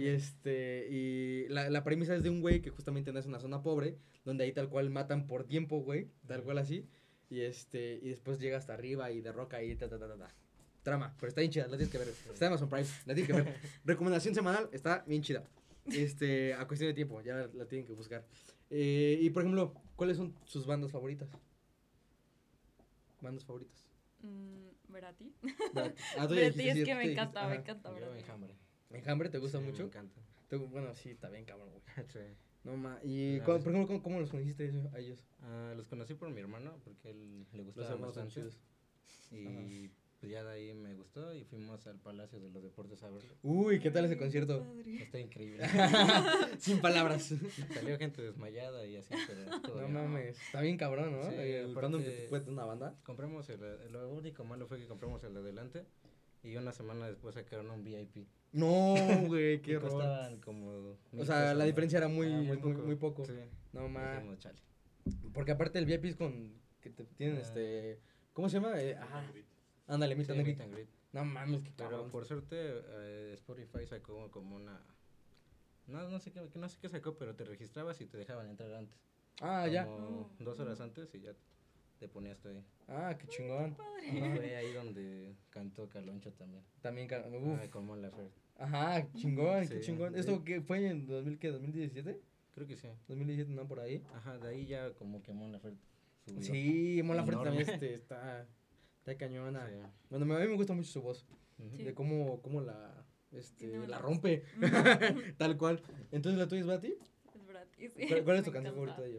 Y la premisa es de un güey que justamente nace en una zona pobre, donde ahí tal cual matan por tiempo, güey, tal cual así. Y después llega hasta arriba y derroca y ta. Trama, pero está bien chida, la tienes que ver. Está en Amazon Prime, la tienes que ver. Recomendación semanal, está bien chida. A cuestión de tiempo, ya la tienen que buscar. Y por ejemplo, ¿cuáles son sus bandas favoritas? Bandas favoritas. ¿Verati? Ah, tú ya Verati dijiste, es sí, que tú me dijiste, encanta, me ajá. encanta Yo Verati. Enjambre. ¿Enjambre te gusta Sí, mucho? Me encanta. Bueno, sí, está bien cabrón, güey. Sí. No ma, y Una por vez- ejemplo, ¿cómo los conociste a ellos? Los conocí por mi hermano porque él le Los gustaba hermanos son bastante. chidos. Y pues ya de ahí me gustó y fuimos al Palacio de los Deportes a verlo. Uy, ¿qué tal ese Ay, concierto? padre. Está increíble. Sin palabras. Salió gente desmayada y así, pero todo No bien. mames, está bien cabrón, ¿no? Sí, El aparte- fandom que te puede tener una banda. Compramos lo único malo fue que compramos el de adelante y una semana después sacaron un VIP. No, güey, qué Y horror. costaban como O sea, la diferencia era muy, muy muy poco. Sí. No ma. Dijimos, chale. Porque aparte el VIP es que te tienen Ah. ¿cómo se llama? Ándale, Sí, meet and meet greet. and greet. No mames, qué Pero cabrón. por suerte Spotify sacó como una... No sé qué sacó, pero te registrabas y te dejaban entrar antes. Ah, ya. Como Oh. 2 horas antes y ya te ponías tú ahí. Ah, qué chingón. Y Ajá. fue ahí donde cantó Caloncho también. También, uf. Con Mon Laferte. Ajá, chingón, qué Sí. chingón. ¿Esto qué fue en 2017? Creo que sí. 2017, no, por ahí. Ajá, de ahí ya como que Mon Laferte subió. Sí, Mon Laferte Enorme. también está cañona. Sí. Bueno, a mí me gusta mucho su voz, Ujú. Sí. de cómo Tiene la buena rompe, tal cual. Entonces, ¿la tuya es Bati? Es Verati, sí. ¿Cuál es tu Me canción encanta. favorita de ellos?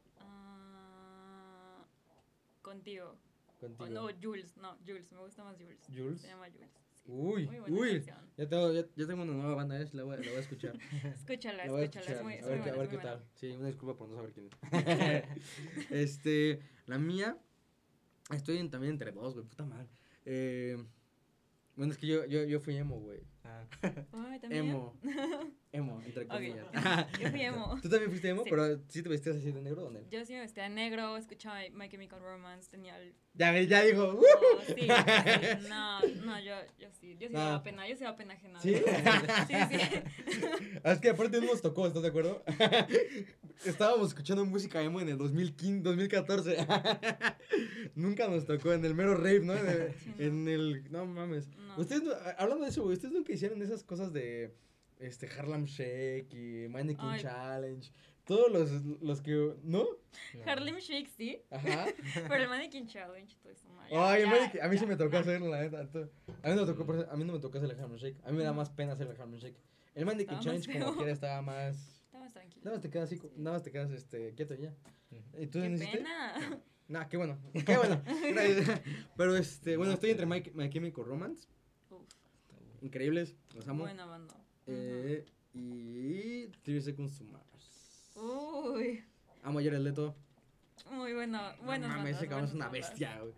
Ah, contigo. Contigo. No, Jules, me gusta más Jules. ¿Jules? Se llama Jules. Sí. Uy, Muy buena uy. canción. Ya tengo una nueva banda, la voy a escuchar. Escúchala, La voy a escúchala, escuchar, es muy, a es ver, muy a buena, ver es qué muy tal. buena. Sí, una disculpa por no saber quién es. La mía, estoy también entre dos, güey, puta madre. Bueno, es que yo fui emo, güey. Ah. Ay, también. Emo, entre Ok, comillas. yo fui emo. ¿Tú también fuiste emo? Sí. Pero ¿sí te vestías así de negro o negro? Yo sí me vestía de negro, escuchaba My Chemical Romance, tenía el... Ya digo, Oh, sí, no, yo sí No. daba pena, ajena. ¿Sí? Sí. Es que aparte no nos tocó, ¿estás de acuerdo? Estábamos escuchando música emo en el 2015, 2014. Nunca nos tocó en el mero rave, ¿no? Sí, no. En el... No mames. No. Ustedes, hablando de eso, güey, ¿ustedes nunca hicieron esas cosas de Harlem Shake y Mannequin Ay. Challenge? Todos los que... ¿No? No. Harlem Shake sí, Ajá. pero el Mannequin Challenge, todo eso no. Ay, a mí sí ya, me tocó no. hacerlo, la neta. A mí no me tocó hacer el Harlem Shake. A mí me da más pena hacer el Harlem Shake. El Mannequin Estaba más Challenge como feo. quiera estaba más... Estaba más tranquilo. Nada más te quedas así, Sí. nada más te quedas quieto y ya. Ujú. ¿Y tú Qué no hiciste? pena. Nah, qué bueno. Qué bueno. Gracias. Pero bueno, estoy entre My Chemical Romance. Uf, Increíbles, los amo. buena banda. Y 3 Seconds to Mars. Uy, Amo a Jared Leto. muy buena, No buenas mames, bandas, ese cabrón es una buenas bandas. bestia, güey.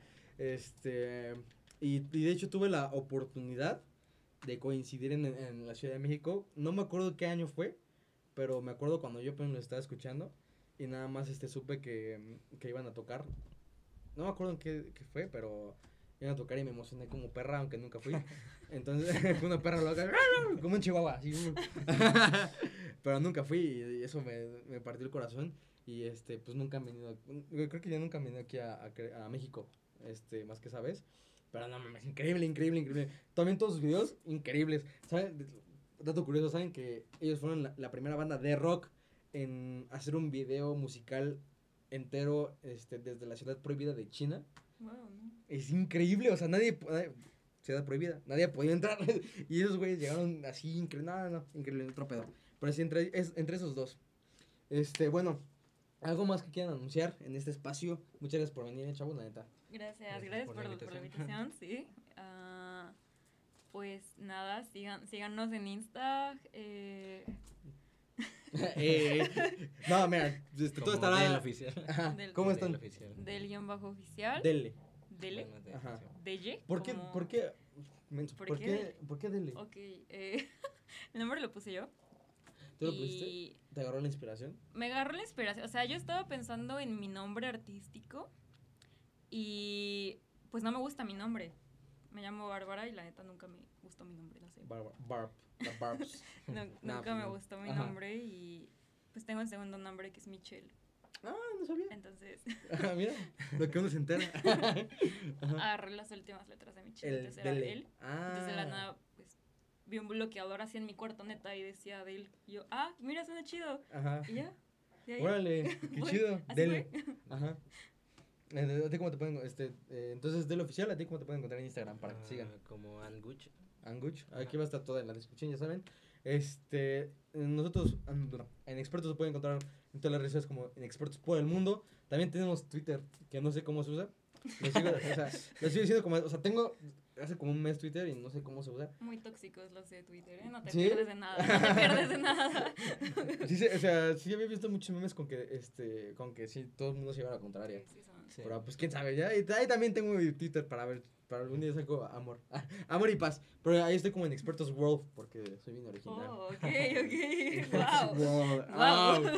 Y de hecho tuve la oportunidad de coincidir en la Ciudad de México. No me acuerdo qué año fue, pero me acuerdo cuando yo apenas lo estaba escuchando. Y nada más supe que iban a tocar. No me acuerdo en qué fue, pero iban a tocar y me emocioné como perra, aunque nunca fui. Entonces, fue una perra loca, como un chihuahua, así. Pero nunca fui y eso me partió el corazón. Y pues nunca han venido, creo que ya nunca han venido aquí a México, más que sabes. Pero no mames, increíble. También todos sus videos, increíbles. ¿Saben? Dato curioso, ¿saben que ellos fueron la primera banda de rock en hacer un video musical entero desde la ciudad prohibida de China? Wow, ¿no? Es increíble, o sea, ciudad prohibida, nadie ha podido entrar. Y esos güeyes llegaron así, increíble, otro pedo. Pero sí, entre esos dos. Bueno, algo más que quieran anunciar en este espacio. Muchas gracias por venir, chavos, la neta. Gracias por la invitación, sí. Pues nada, síganos en Insta. No, mira, todo estará. Del oficial. Ajá, Del- ¿cómo Del están? oficial. Del-oficial. Dele. Dele. Bueno, de Ajá. oficial. Delle. ¿Por qué? como- ¿Por qué? Menso, ¿Por ¿Por qué qué? Dele? ¿Por qué Dele? Ok, el nombre lo puse yo. ¿Tú lo pusiste? Y ¿Te agarró la inspiración? me agarró la inspiración. O sea, yo estaba pensando en mi nombre artístico y pues no me gusta mi nombre. Me llamo Bárbara y la neta nunca me gustó mi nombre, no sé. La Barbs. Nunca me no. gustó mi Ajá. nombre y pues tengo el segundo nombre que es Michelle. Ah, no sabía. Entonces, Mira, lo que uno se entera. Ajá. agarré las últimas letras de Michelle. El Entonces era Dele. él. Ah. Entonces de la nada, pues vi un bloqueador así en mi cuarto neta y decía Dale. Y yo, mira, suena chido. Ajá. Y ya. De ahí. Órale, qué Fue, chido. así Dele. fue. Ajá. ¿A ti cómo te pueden, entonces, del oficial, ¿a ti cómo te pueden encontrar en Instagram para que te sigan? Como Anguch. Anguch, aquí Ajá. va a estar toda en la descripción, ya saben. Nosotros en Expertos se pueden encontrar en todas las redes sociales como en Expertos por el Mundo. También tenemos Twitter, que no sé cómo se usa. Lo sigo diciendo como, o sea, tengo hace como un mes Twitter y no sé cómo se usa. Muy tóxicos los de Twitter, ¿eh? No te ¿Sí? pierdes de nada. No te pierdes de nada. Sí, o sea, sí había visto muchos memes con que sí, todo el mundo se lleva a la contraria. Sí, son. Sí. Pero pues quién sabe, ya. Y ahí también tengo mi Twitter para ver, para algún día saco amor. Amor y paz. Pero ahí estoy como en Expertos World porque soy bien original. Oh, ok. Expertos Wow. World. Wow.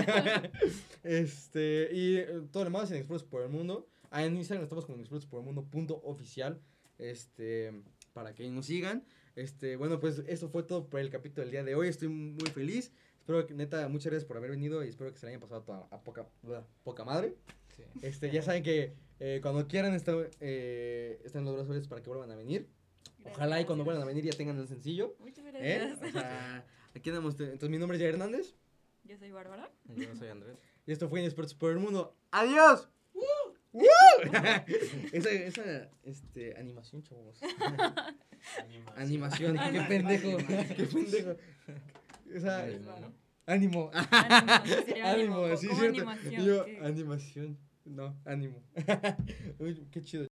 Y todo lo demás en Expertos por el Mundo. En Instagram estamos como en expertosporelmundo.oficial. Para que nos sigan. Bueno, pues eso fue todo por el capítulo del día de hoy. Estoy muy feliz. Espero que, neta, muchas gracias por haber venido y espero que se le hayan pasado a poca madre. Sí. Ya saben que cuando quieran están los brazos abiertos para que vuelvan a venir. Ojalá y cuando vuelvan a venir ya tengan el sencillo. Muchas O gracias. sea, aquí andamos. Entonces mi nombre es Jair Hernández Yo soy Bárbara. Yo soy Andrés. y esto fue Inexpertos por el Mundo. ¡Adiós! esa animación, chavos. Animación, qué pendejo, qué pendejo. Esa, Ánimo, ¿no? ánimo. Ánimo, sería Ánimo, ánimo, sí, como cierto. animación, Y yo, ¿qué? animación. No, ánimo. Uy, qué chido.